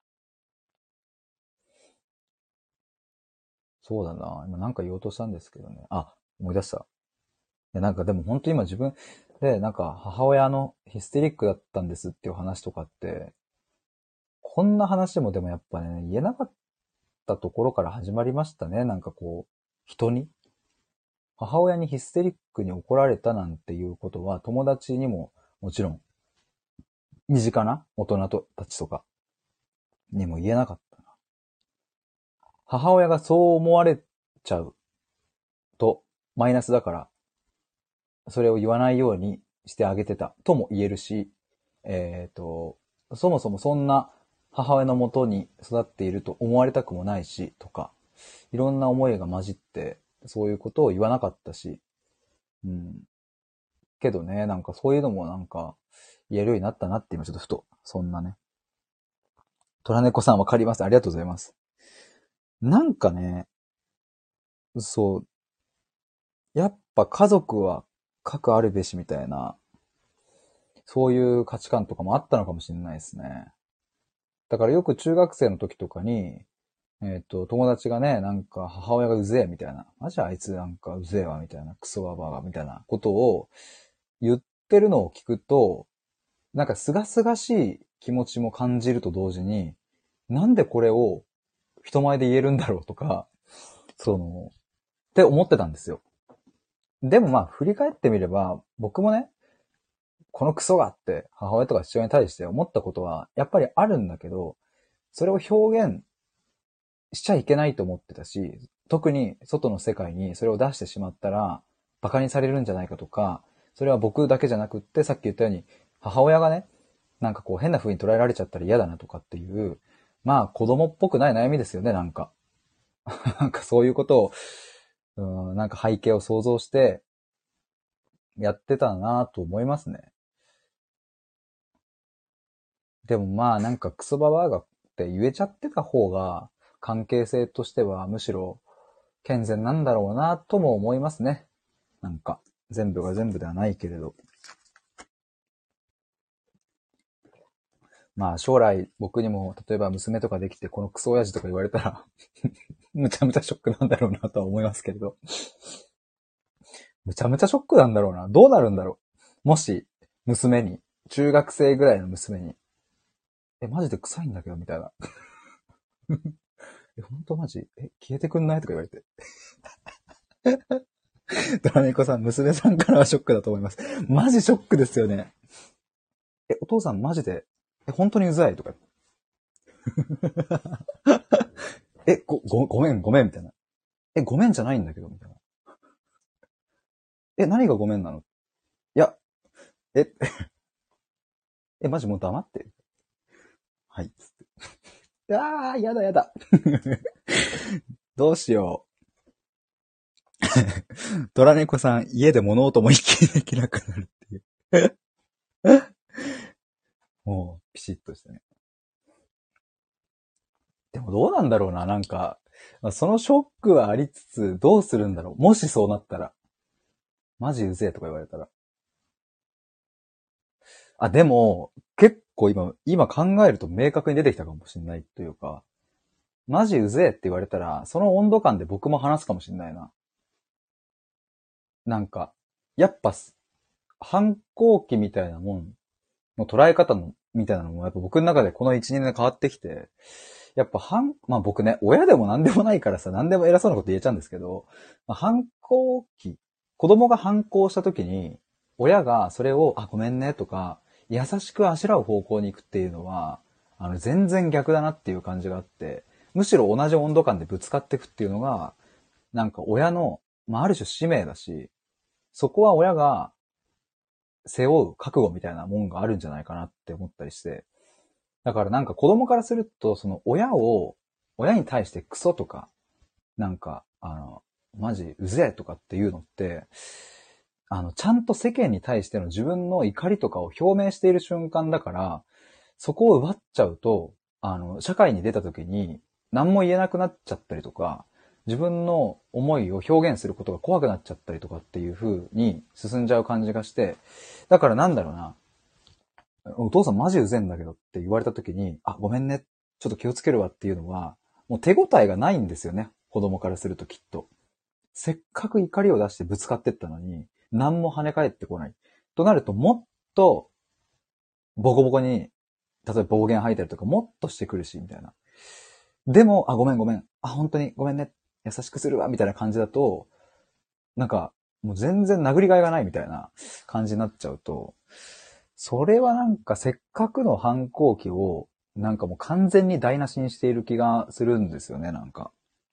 そうだな。今なんか言おうとしたんですけどね。あ、思い出した。いやなんかでも本当今自分で、なんか母親のヒステリックだったんですっていう話とかって、こんな話もでもやっぱね、言えなかったところから始まりましたね。なんかこう、人に。母親にヒステリックに怒られたなんていうことは、友達にももちろん、身近な大人たちとかにも言えなかった。母親がそう思われちゃうと、マイナスだから、それを言わないようにしてあげてたとも言えるし、そもそもそんな母親のもとに育っていると思われたくもないし、とか、いろんな思いが混じって、そういうことを言わなかったし、うん。けどね、なんかそういうのもなんか言えるようになったなって今ちょっとふと、そんなね。虎猫さんわかります。ありがとうございます。なんかね、そう、やっぱ家族は核あるべしみたいな、そういう価値観とかもあったのかもしれないですね。だからよく中学生の時とかに、友達がね、なんか母親がうぜえみたいな、マジあいつなんかうぜえわみたいな、クソババアがみたいなことを言ってるのを聞くと、なんか清々しい気持ちも感じると同時に、なんでこれを人前で言えるんだろうとか、って思ってたんですよ。でもまあ振り返ってみれば、僕もね、このクソがって母親とか父親に対して思ったことはやっぱりあるんだけど、それを表現しちゃいけないと思ってたし、特に外の世界にそれを出してしまったら、馬鹿にされるんじゃないかとか、それは僕だけじゃなくって、さっき言ったように、母親がね、なんかこう変な風に捉えられちゃったら嫌だなとかっていう、まあ子供っぽくない悩みですよね、なんか。なんかそういうことを、なんか背景を想像してやってたなと思いますね。でもまあなんかクソババアがって言えちゃってた方が関係性としてはむしろ健全なんだろうなとも思いますね。なんか全部が全部ではないけれど。まあ将来僕にも例えば娘とかできてこのクソ親父とか言われたらむちゃむちゃショックなんだろうなとは思いますけれど。むちゃむちゃショックなんだろうな。どうなるんだろう。もし娘に、中学生ぐらいの娘に、マジで臭いんだけどみたいな。本当マジ消えてくんないとか言われて。ドラネコさん、娘さんからはショックだと思います。マジショックですよね。お父さんマジで、本当にうざいとか。ごめん、ごめん、みたいな。ごめんじゃないんだけど、みたいな。何がごめんなの？いや、え、マジもう黙って。はい、つって。やだやだ。どうしよう。ドラネコさん、家で物音も一気にできなくなるっていう。もう、ピシッとしてね。でもどうなんだろうな、なんか、そのショックはありつつ、どうするんだろう。もしそうなったら。マジうぜえとか言われたら。でも、結構今考えると明確に出てきたかもしれないというか、マジうぜえって言われたら、その温度感で僕も話すかもしれないな。なんか、やっぱ、反抗期みたいなもんの捉え方みたいなのも、やっぱ僕の中でこの1、2年で変わってきて、やっぱまあ僕ね、親でも何でもないからさ、何でも偉そうなこと言えちゃうんですけど、反抗期、子供が反抗した時に、親がそれを、ごめんねとか、優しくあしらう方向に行くっていうのは、全然逆だなっていう感じがあって、むしろ同じ温度感でぶつかっていくっていうのが、なんか親の、ある種使命だし、そこは親が背負う覚悟みたいなもんがあるんじゃないかなって思ったりして、だからなんか子供からすると、その親に対してクソとか、なんか、マジうぜえとかっていうのって、 ちゃんと世間に対しての自分の怒りとかを表明している瞬間だから、そこを奪っちゃうと、社会に出た時に何も言えなくなっちゃったりとか、自分の思いを表現することが怖くなっちゃったりとかっていう風に進んじゃう感じがして、だからなんだろうな、お父さんマジうぜんだけどって言われた時に、あ、ごめんね、ちょっと気をつけるわっていうのは、もう手応えがないんですよね。子供からするときっと。せっかく怒りを出してぶつかってったのに、何も跳ね返ってこない。となると、もっと、ボコボコに、例えば暴言吐いたりとか、もっとしてくるし、みたいな。でも、あ、ごめんごめん。あ、本当にごめんね。優しくするわ、みたいな感じだと、なんか、もう全然殴りがいがないみたいな感じになっちゃうと、それはなんかせっかくの反抗期を、なんかもう完全に台無しにしている気がするんですよね、なんか。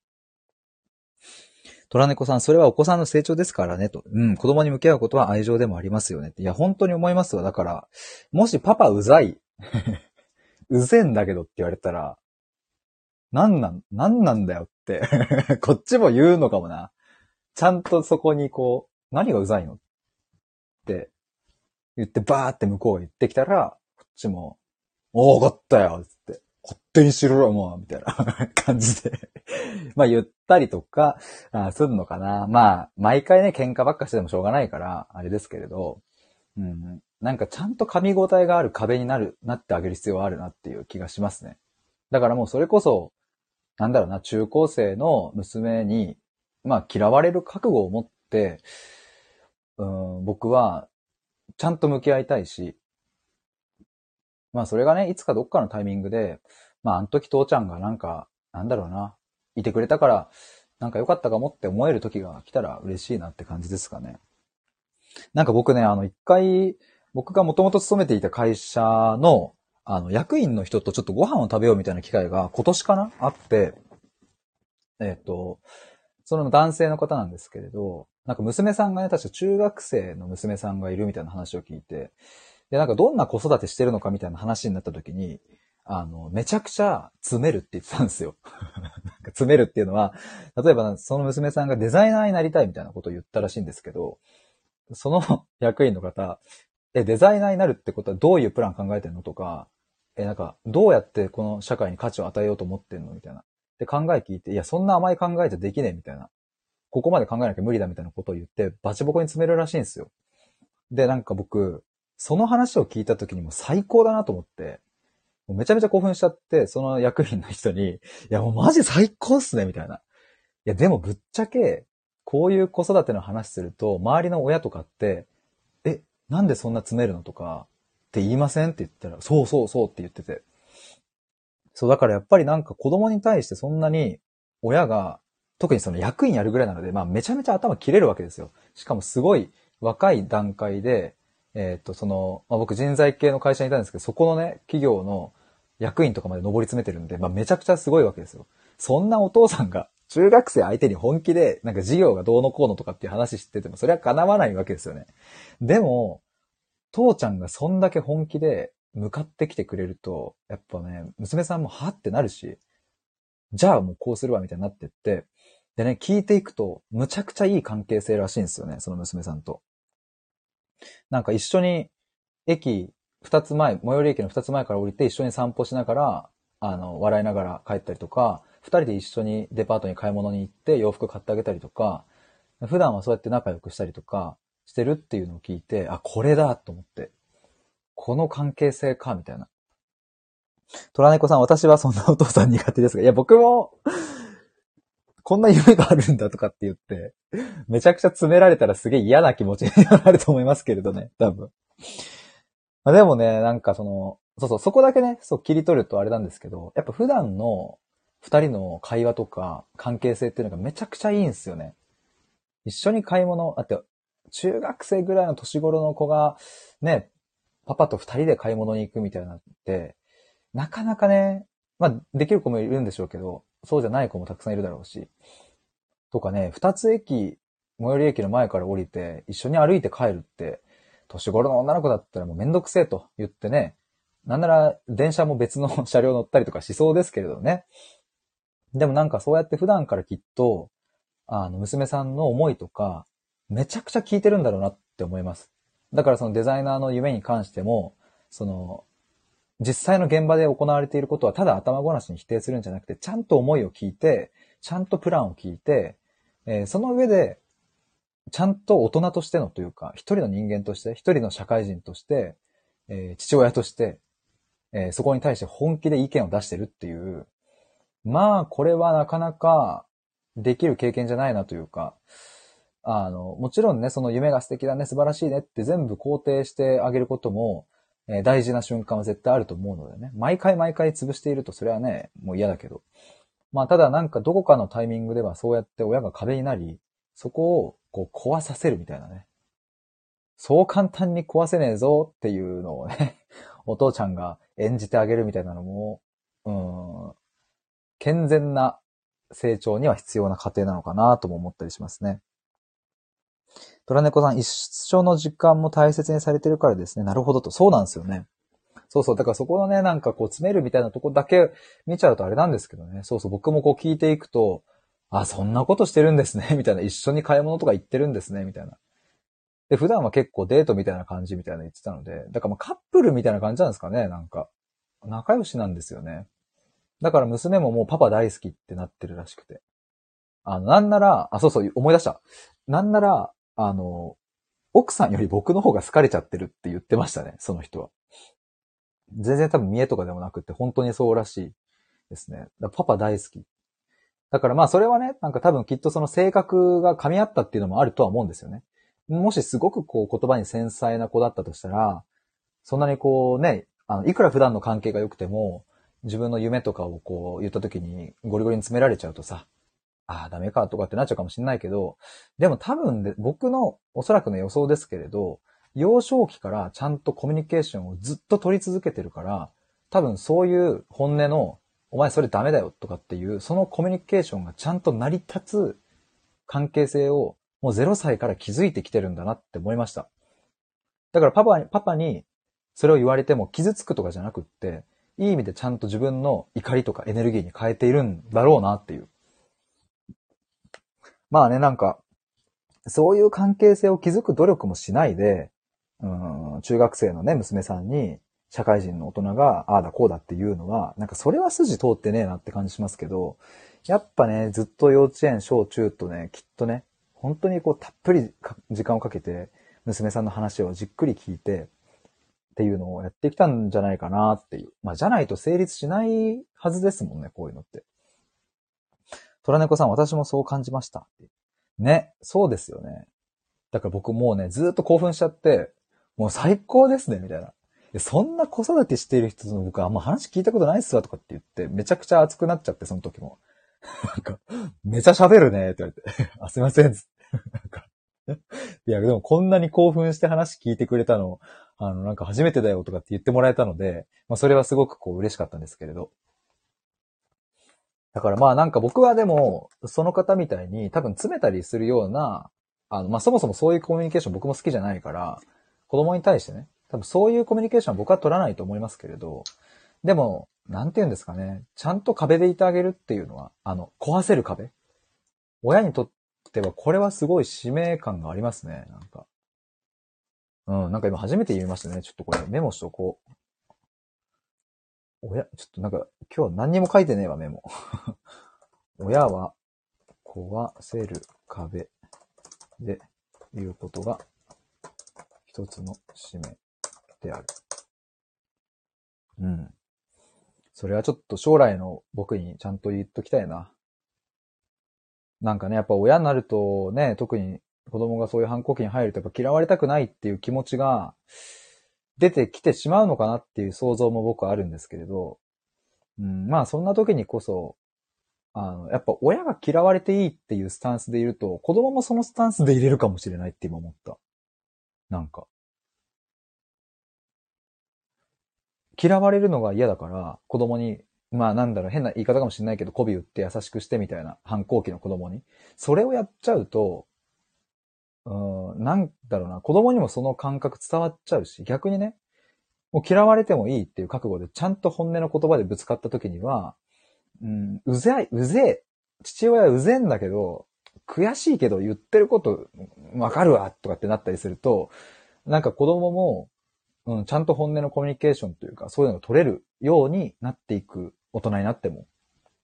虎猫さん、それはお子さんの成長ですからね、と。うん、子供に向き合うことは愛情でもありますよねって。いや、本当に思いますわ。だから、もしパパうざい、うぜんだけどって言われたら、なんなんだよってこっちも言うのかもな。ちゃんとそこにこう、何がうざいのって言ってバーって向こう言ってきたら、こっちも、おー、わかったよつって、勝手にしろよ、もうみたいな感じでまあ言ったりとか、するのかな。まあ、毎回ね、喧嘩ばっかしててもしょうがないから、あれですけれど、うん、なんかちゃんと噛み応えがある壁になってあげる必要はあるなっていう気がしますね。だからもうそれこそ、なんだろうな、中高生の娘に、まあ嫌われる覚悟を持って、僕はちゃんと向き合いたいし、まあそれがね、いつかどっかのタイミングで、まああの時父ちゃんがなんか、なんだろうな、いてくれたから、なんか良かったかもって思える時が来たら嬉しいなって感じですかね。なんか僕ね、一回、僕がもともと勤めていた会社の、役員の人とちょっとご飯を食べようみたいな機会が今年かなあって、えっと、その男性の方なんですけれど、なんか娘さんがね、確か中学生の娘さんがいるみたいな話を聞いて、で、なんかどんな子育てしてるのかみたいな話になった時に、めちゃくちゃ詰めるって言ってたんですよ。なんか詰めるっていうのは、例えばその娘さんがデザイナーになりたいみたいなことを言ったらしいんですけど、その役員の方、デザイナーになるってことはどういうプラン考えてんのとか、なんか、どうやってこの社会に価値を与えようと思ってんのみたいな。で、考え聞いて、いや、そんな甘い考えじゃできねえみたいな。ここまで考えなきゃ無理だみたいなことを言って、バチボコに詰めるらしいんですよ。で、なんか僕、その話を聞いた時にも最高だなと思って、もうめちゃめちゃ興奮しちゃって、その役員の人に、いや、もうマジ最高っすねみたいな。いや、でもぶっちゃけ、こういう子育ての話すると、周りの親とかって、なんでそんな詰めるのとか、って言いませんって言ったら、そうそうそうって言ってて。そう、だからやっぱりなんか子供に対してそんなに親が、特にその役員やるぐらいなので、まあめちゃめちゃ頭切れるわけですよ。しかもすごい若い段階で、僕人材系の会社にいたんですけど、そこのね、企業の役員とかまで上り詰めてるんで、まあめちゃくちゃすごいわけですよ。そんなお父さんが中学生相手に本気で、なんか事業がどうのこうのとかっていう話知ってても、それは叶わないわけですよね。でも、父ちゃんがそんだけ本気で向かってきてくれると、やっぱね、娘さんもはってなるし、じゃあもうこうするわみたいになってって、でね、聞いていくと、むちゃくちゃいい関係性らしいんですよね、その娘さんと。なんか一緒に駅二つ前、最寄り駅の二つ前から降りて一緒に散歩しながら、笑いながら帰ったりとか、二人で一緒にデパートに買い物に行って洋服買ってあげたりとか、普段はそうやって仲良くしたりとかしてるっていうのを聞いて、あ、これだと思って。この関係性か、みたいな。虎猫さん、私はそんなお父さん苦手ですが、いや、僕も、こんな夢があるんだとかって言って、めちゃくちゃ詰められたらすげえ嫌な気持ちになると思いますけれどね、多分。まあ、でもね、なんかそうそう、そこだけね、そう切り取るとあれなんですけど、やっぱ普段の二人の会話とか関係性っていうのがめちゃくちゃいいんですよね。一緒に買い物、あって、中学生ぐらいの年頃の子が、ね、パパと二人で買い物に行くみたいなのって、なかなかね、まあ、できる子もいるんでしょうけど、そうじゃない子もたくさんいるだろうし。とかね、二つ駅、最寄り駅の前から降りて、一緒に歩いて帰るって、年頃の女の子だったらもうめんどくせえと言ってね、なんなら電車も別の車両乗ったりとかしそうですけれどね。でもなんかそうやって普段からきっと、娘さんの思いとか、めちゃくちゃ聞いてるんだろうなっって思います。だからそのデザイナーの夢に関しても、その、実際の現場で行われていることはただ頭ごなしに否定するんじゃなくて、ちゃんと思いを聞いて、ちゃんとプランを聞いて、その上で、ちゃんと大人としてのというか、一人の人間として、一人の社会人として、父親として、そこに対して本気で意見を出してるっていう、まあ、これはなかなかできる経験じゃないなというか、もちろんね、その夢が素敵だね、素晴らしいねって全部肯定してあげることも、大事な瞬間は絶対あると思うのでね。毎回毎回潰しているとそれはね、もう嫌だけど。まあ、ただなんかどこかのタイミングではそうやって親が壁になり、そこをこう壊させるみたいなね。そう簡単に壊せねえぞっていうのをね、お父ちゃんが演じてあげるみたいなのも、健全な成長には必要な過程なのかなとも思ったりしますね。トラネコさん、一緒の時間も大切にされてるからですね。なるほどと。そうなんですよね。そうそう。だからそこのね、なんかこう詰めるみたいなとこだけ見ちゃうとあれなんですけどね。そうそう。僕もこう聞いていくと、あ、そんなことしてるんですね。みたいな。一緒に買い物とか行ってるんですね。みたいな。で、普段は結構デートみたいな感じみたいなの言ってたので、だからまあカップルみたいな感じなんですかね。なんか。仲良しなんですよね。だから娘ももうパパ大好きってなってるらしくて。なんなら、そうそう、思い出した。なんなら、奥さんより僕の方が好かれちゃってるって言ってましたね、その人は。全然多分見栄とかでもなくて、本当にそうらしいですね。だからパパ大好き。だからまあそれはね、なんか多分きっとその性格が噛み合ったっていうのもあるとは思うんですよね。もしすごくこう言葉に繊細な子だったとしたら、そんなにこうね、いくら普段の関係が良くても、自分の夢とかをこう言った時にゴリゴリに詰められちゃうとさ、ああ、ダメかとかってなっちゃうかもしれないけど、でも多分で、僕のおそらくの予想ですけれど、幼少期からちゃんとコミュニケーションをずっと取り続けてるから、多分そういう本音の、お前それダメだよとかっていう、そのコミュニケーションがちゃんと成り立つ関係性をもう0歳から築いてきてるんだなって思いました。だからパパにそれを言われても傷つくとかじゃなくって、いい意味でちゃんと自分の怒りとかエネルギーに変えているんだろうなっていう。まあね、なんか、そういう関係性を築く努力もしないで、中学生のね、娘さんに、社会人の大人が、ああだこうだっていうのは、なんかそれは筋通ってねえなって感じしますけど、やっぱね、ずっと幼稚園、小中とね、きっとね、本当にこう、たっぷり時間をかけて、娘さんの話をじっくり聞いて、っていうのをやってきたんじゃないかなっていう。まあ、じゃないと成立しないはずですもんね、こういうのって。虎猫さん、私もそう感じました。ね、そうですよね。だから僕もうね、ずーっと興奮しちゃって、もう最高ですね、みたいな。そんな子育てしている人の僕はあんま話聞いたことないっすわとかって言って、めちゃくちゃ熱くなっちゃって、その時も。なんか、めちゃ喋るね、って言われて。あ、すいません。なんかいや、でもこんなに興奮して話聞いてくれたの、なんか初めてだよとかって言ってもらえたので、まあそれはすごくこう嬉しかったんですけれど。だからまあなんか僕はでも、その方みたいに多分詰めたりするような、まあそもそもそういうコミュニケーション僕も好きじゃないから、子供に対してね、多分そういうコミュニケーションは僕は取らないと思いますけれど、でも、なんて言うんですかね、ちゃんと壁でいてあげるっていうのは、壊せる壁。親にとってはこれはすごい使命感がありますね、なんか。なんか今初めて言いましたね。ちょっとこれメモしとこう。ちょっとなんか今日何にも書いてねえわ、メモ。親は壊せる壁でいうことが一つの使命である。うん。それはちょっと将来の僕にちゃんと言っときたいな。なんかね、やっぱ親になるとね、特に子供がそういう反抗期に入るとやっぱ嫌われたくないっていう気持ちが出てきてしまうのかなっていう想像も僕はあるんですけれど、まあそんな時にこそ、やっぱ親が嫌われていいっていうスタンスでいると、子供もそのスタンスで入れるかもしれないって今思った。なんか。嫌われるのが嫌だから、子供に、まあなんだろう、変な言い方かもしれないけど、媚び売って優しくしてみたいな反抗期の子供に。それをやっちゃうと、なんだろうな、子供にもその感覚伝わっちゃうし、逆にね、もう嫌われてもいいっていう覚悟でちゃんと本音の言葉でぶつかった時には、うぜえ、父親はうぜえんだけど、 悔しいけど言ってることわかるわとかってなったりすると、なんか子供も、ちゃんと本音のコミュニケーションというか、そういうのが取れるようになっていく大人になっても。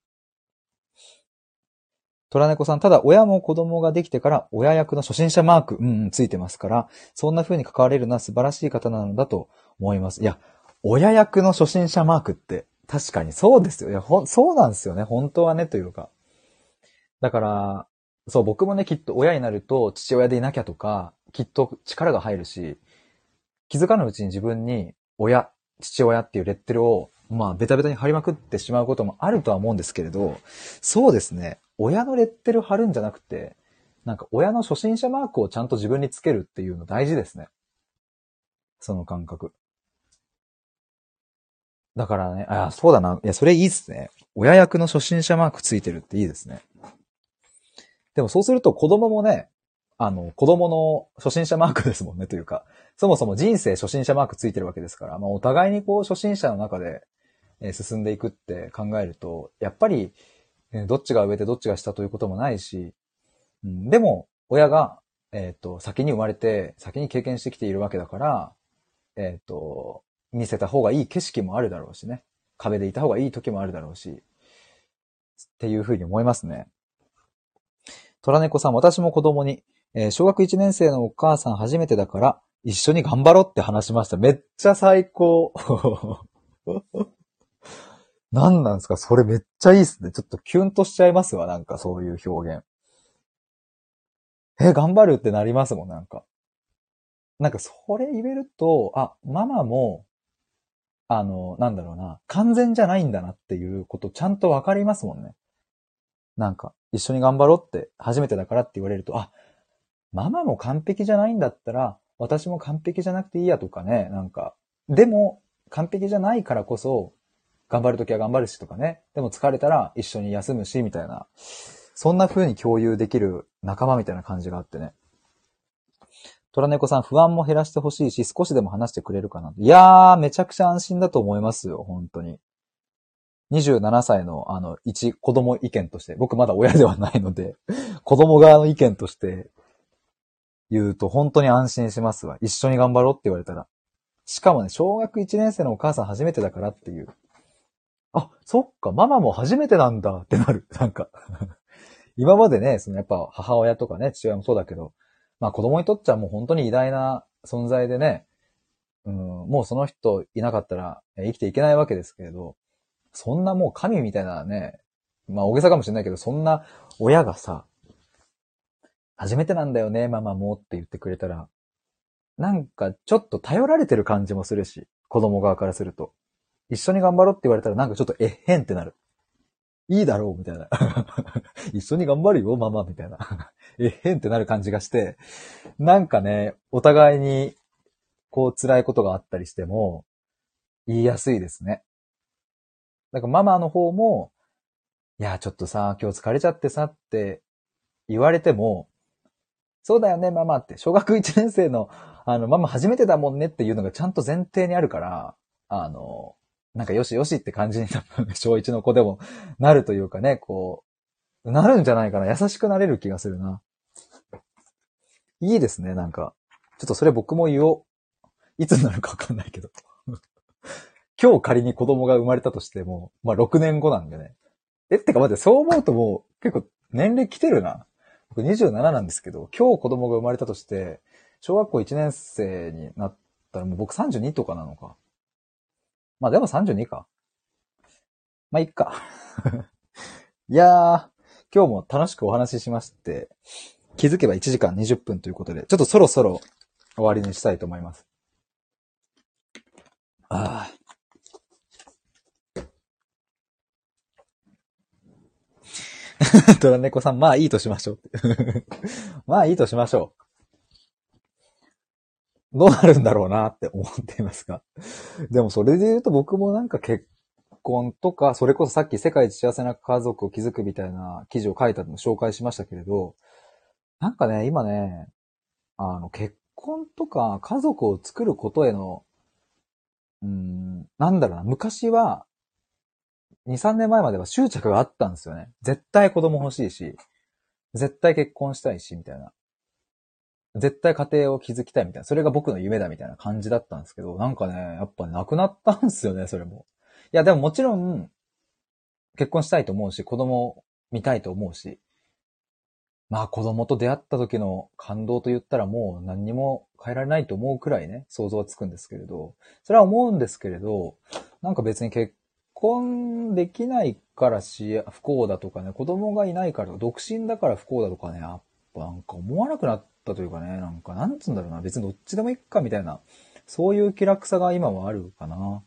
虎猫さん、ただ親も子供ができてから親役の初心者マーク、ついてますから、そんな風に関われるのは素晴らしい方なのだと思います。いや、親役の初心者マークって、確かにそうですよ。いや、そうなんですよね。本当はね、というか。だから、そう、僕もね、きっと親になると父親でいなきゃとか、きっと力が入るし、気づかぬうちに自分に父親っていうレッテルを、ベタベタに貼りまくってしまうこともあるとは思うんですけれど、そうですね。親のレッテル貼るんじゃなくて、なんか親の初心者マークをちゃんと自分につけるっていうの大事ですね。その感覚。だからね、そうだな。いや、それいいっすね。親役の初心者マークついてるっていいですね。でもそうすると子供もね、子供の初心者マークですもんねというか、そもそも人生初心者マークついてるわけですから、お互いにこう初心者の中で進んでいくって考えると、やっぱりどっちが上でどっちが下ということもないし、でも親が、先に生まれて、先に経験してきているわけだから、見せた方がいい景色もあるだろうしね。壁でいた方がいい時もあるだろうし、っていうふうに思いますね。虎猫さん、私も子供に、小学1年生のお母さん初めてだから、一緒に頑張ろうって話しました。めっちゃ最高。何なんですかそれめっちゃいいっすね。ちょっとキュンとしちゃいますわ。なんかそういう表現。頑張るってなりますもん、なんか。なんかそれ言えると、ママも、なんだろうな、完全じゃないんだなっていうことちゃんとわかりますもんね。なんか、一緒に頑張ろうって、初めてだからって言われると、ママも完璧じゃないんだったら、私も完璧じゃなくていいやとかね、なんか、でも、完璧じゃないからこそ、頑張るときは頑張るしとかね、でも疲れたら一緒に休むし、みたいな、そんな風に共有できる仲間みたいな感じがあってね。虎猫さん、不安も減らしてほしいし、少しでも話してくれるかな。いやー、めちゃくちゃ安心だと思いますよ、本当に。27歳の、一子供意見として、僕まだ親ではないので、子供側の意見として言うと本当に安心しますわ。一緒に頑張ろうって言われたら。しかもね、小学1年生のお母さん初めてだからっていう。そっか、ママも初めてなんだってなる。なんか今までね、やっぱ母親とかね、父親もそうだけど、子供にとっちゃもう本当に偉大な存在でね、もうその人いなかったら生きていけないわけですけれど、そんなもう神みたいなね、大げさかもしれないけど、そんな親がさ、初めてなんだよね、ママもって言ってくれたら、なんかちょっと頼られてる感じもするし、子供側からすると。一緒に頑張ろうって言われたらなんかちょっとへんってなる。いいだろうみたいな。一緒に頑張るよ、ママみたいな。へんってなる感じがして、なんかね、お互いにこう辛いことがあったりしても言いやすいですね。だからママの方も、いや、ちょっとさ、今日疲れちゃってさって言われても、そうだよね、ママって。小学1年生の、ママ初めてだもんねっていうのがちゃんと前提にあるから、なんかよしよしって感じに多分小1の子でもなるというかね、こう、なるんじゃないかな。優しくなれる気がするな。いいですね、なんか。ちょっとそれ僕も言おう。いつになるかわかんないけど。今日仮に子供が生まれたとしても、6年後なんでね。ってか待って、そう思うともう結構年齢来てるな。僕27なんですけど、今日子供が生まれたとして、小学校1年生になったらもう僕32とかなのか。でも32か。いっか。いやー、今日も楽しくお話ししまして、気づけば1時間20分ということで、ちょっとそろそろ終わりにしたいと思います。ドラネコさん、いいとしましょう。いいとしましょう。どうなるんだろうなって思っていますが。でもそれで言うと僕もなんか結婚とか、それこそさっき世界一幸せな家族を築くみたいな記事を書いたのを紹介しましたけれど、なんかね、今ね、結婚とか家族を作ることへの、なんだろうな、昔は、2、3年前までは執着があったんですよね。絶対子供欲しいし、 絶対結婚したいし、みたいな。絶対家庭を築きたいみたいな。それが僕の夢だみたいな感じだったんですけど、なんかね、やっぱなくなったんですよね、それも。いや、でももちろん、結婚したいと思うし、子供見たいと思うし、まあ子供と出会った時の感動と言ったらもう何にも変えられないと思うくらいね、想像はつくんですけれど、それは思うんですけれど、なんか別に結婚できないから不幸だとかね、子供がいないから、独身だから不幸だとかね、やっぱなんか思わなくなったというかね、なんかなんつうんだろうな、別にどっちでもいいかみたいな、そういう気楽さが今はあるかな。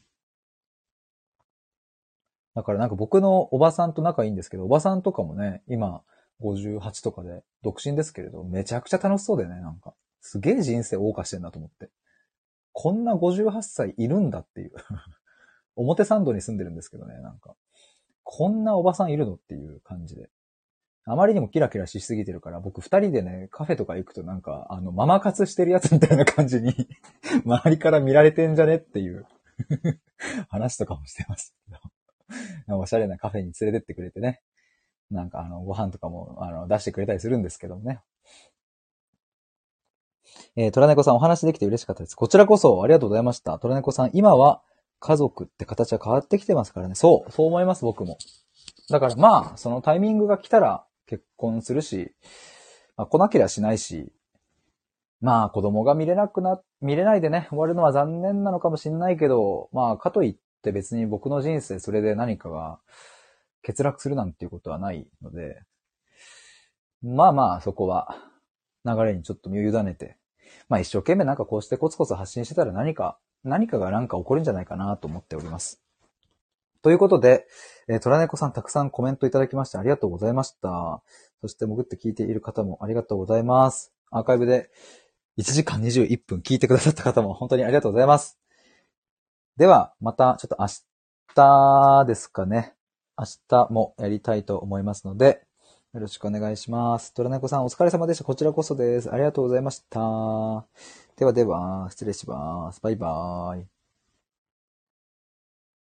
だからなんか僕のおばさんと仲いいんですけど、おばさんとかもね、今58とかで独身ですけれど、めちゃくちゃ楽しそうでね、なんか。すげえ人生謳歌してんなと思って。こんな58歳いるんだっていう。表参道に住んでるんですけどね、なんか。こんなおばさんいるのっていう感じで。あまりにもキラキラしすぎてるから、僕二人でね、カフェとか行くとなんか、ママ活してるやつみたいな感じに周りから見られてんじゃねっていう話とかもしてますけど。おしゃれなカフェに連れてってくれてね。なんかご飯とかも出してくれたりするんですけどもね。トラネコさんお話できて嬉しかったです。こちらこそありがとうございました。トラネコさん、今は家族って形は変わってきてますからね。そう思います僕も。だからまあ、そのタイミングが来たら結婚するし、まあ、来なければしないし、まあ子供が見れないでね、終わるのは残念なのかもしれないけど、まあかといって別に僕の人生それで何かが欠落するなんていうことはないので、まあまあそこは流れにちょっと身を委ねて、まあ一生懸命なんかこうしてコツコツ発信してたら何かがなんか起こるんじゃないかなと思っております。ということで、トラネコさんたくさんコメントいただきましてありがとうございました。そして潜って聞いている方もありがとうございます。アーカイブで1時間21分聞いてくださった方も本当にありがとうございます。では、またちょっと明日ですかね。明日もやりたいと思いますので、よろしくお願いします。トラネコさんお疲れ様でした。こちらこそです。ありがとうございました。ではでは、失礼します。バイバーイ。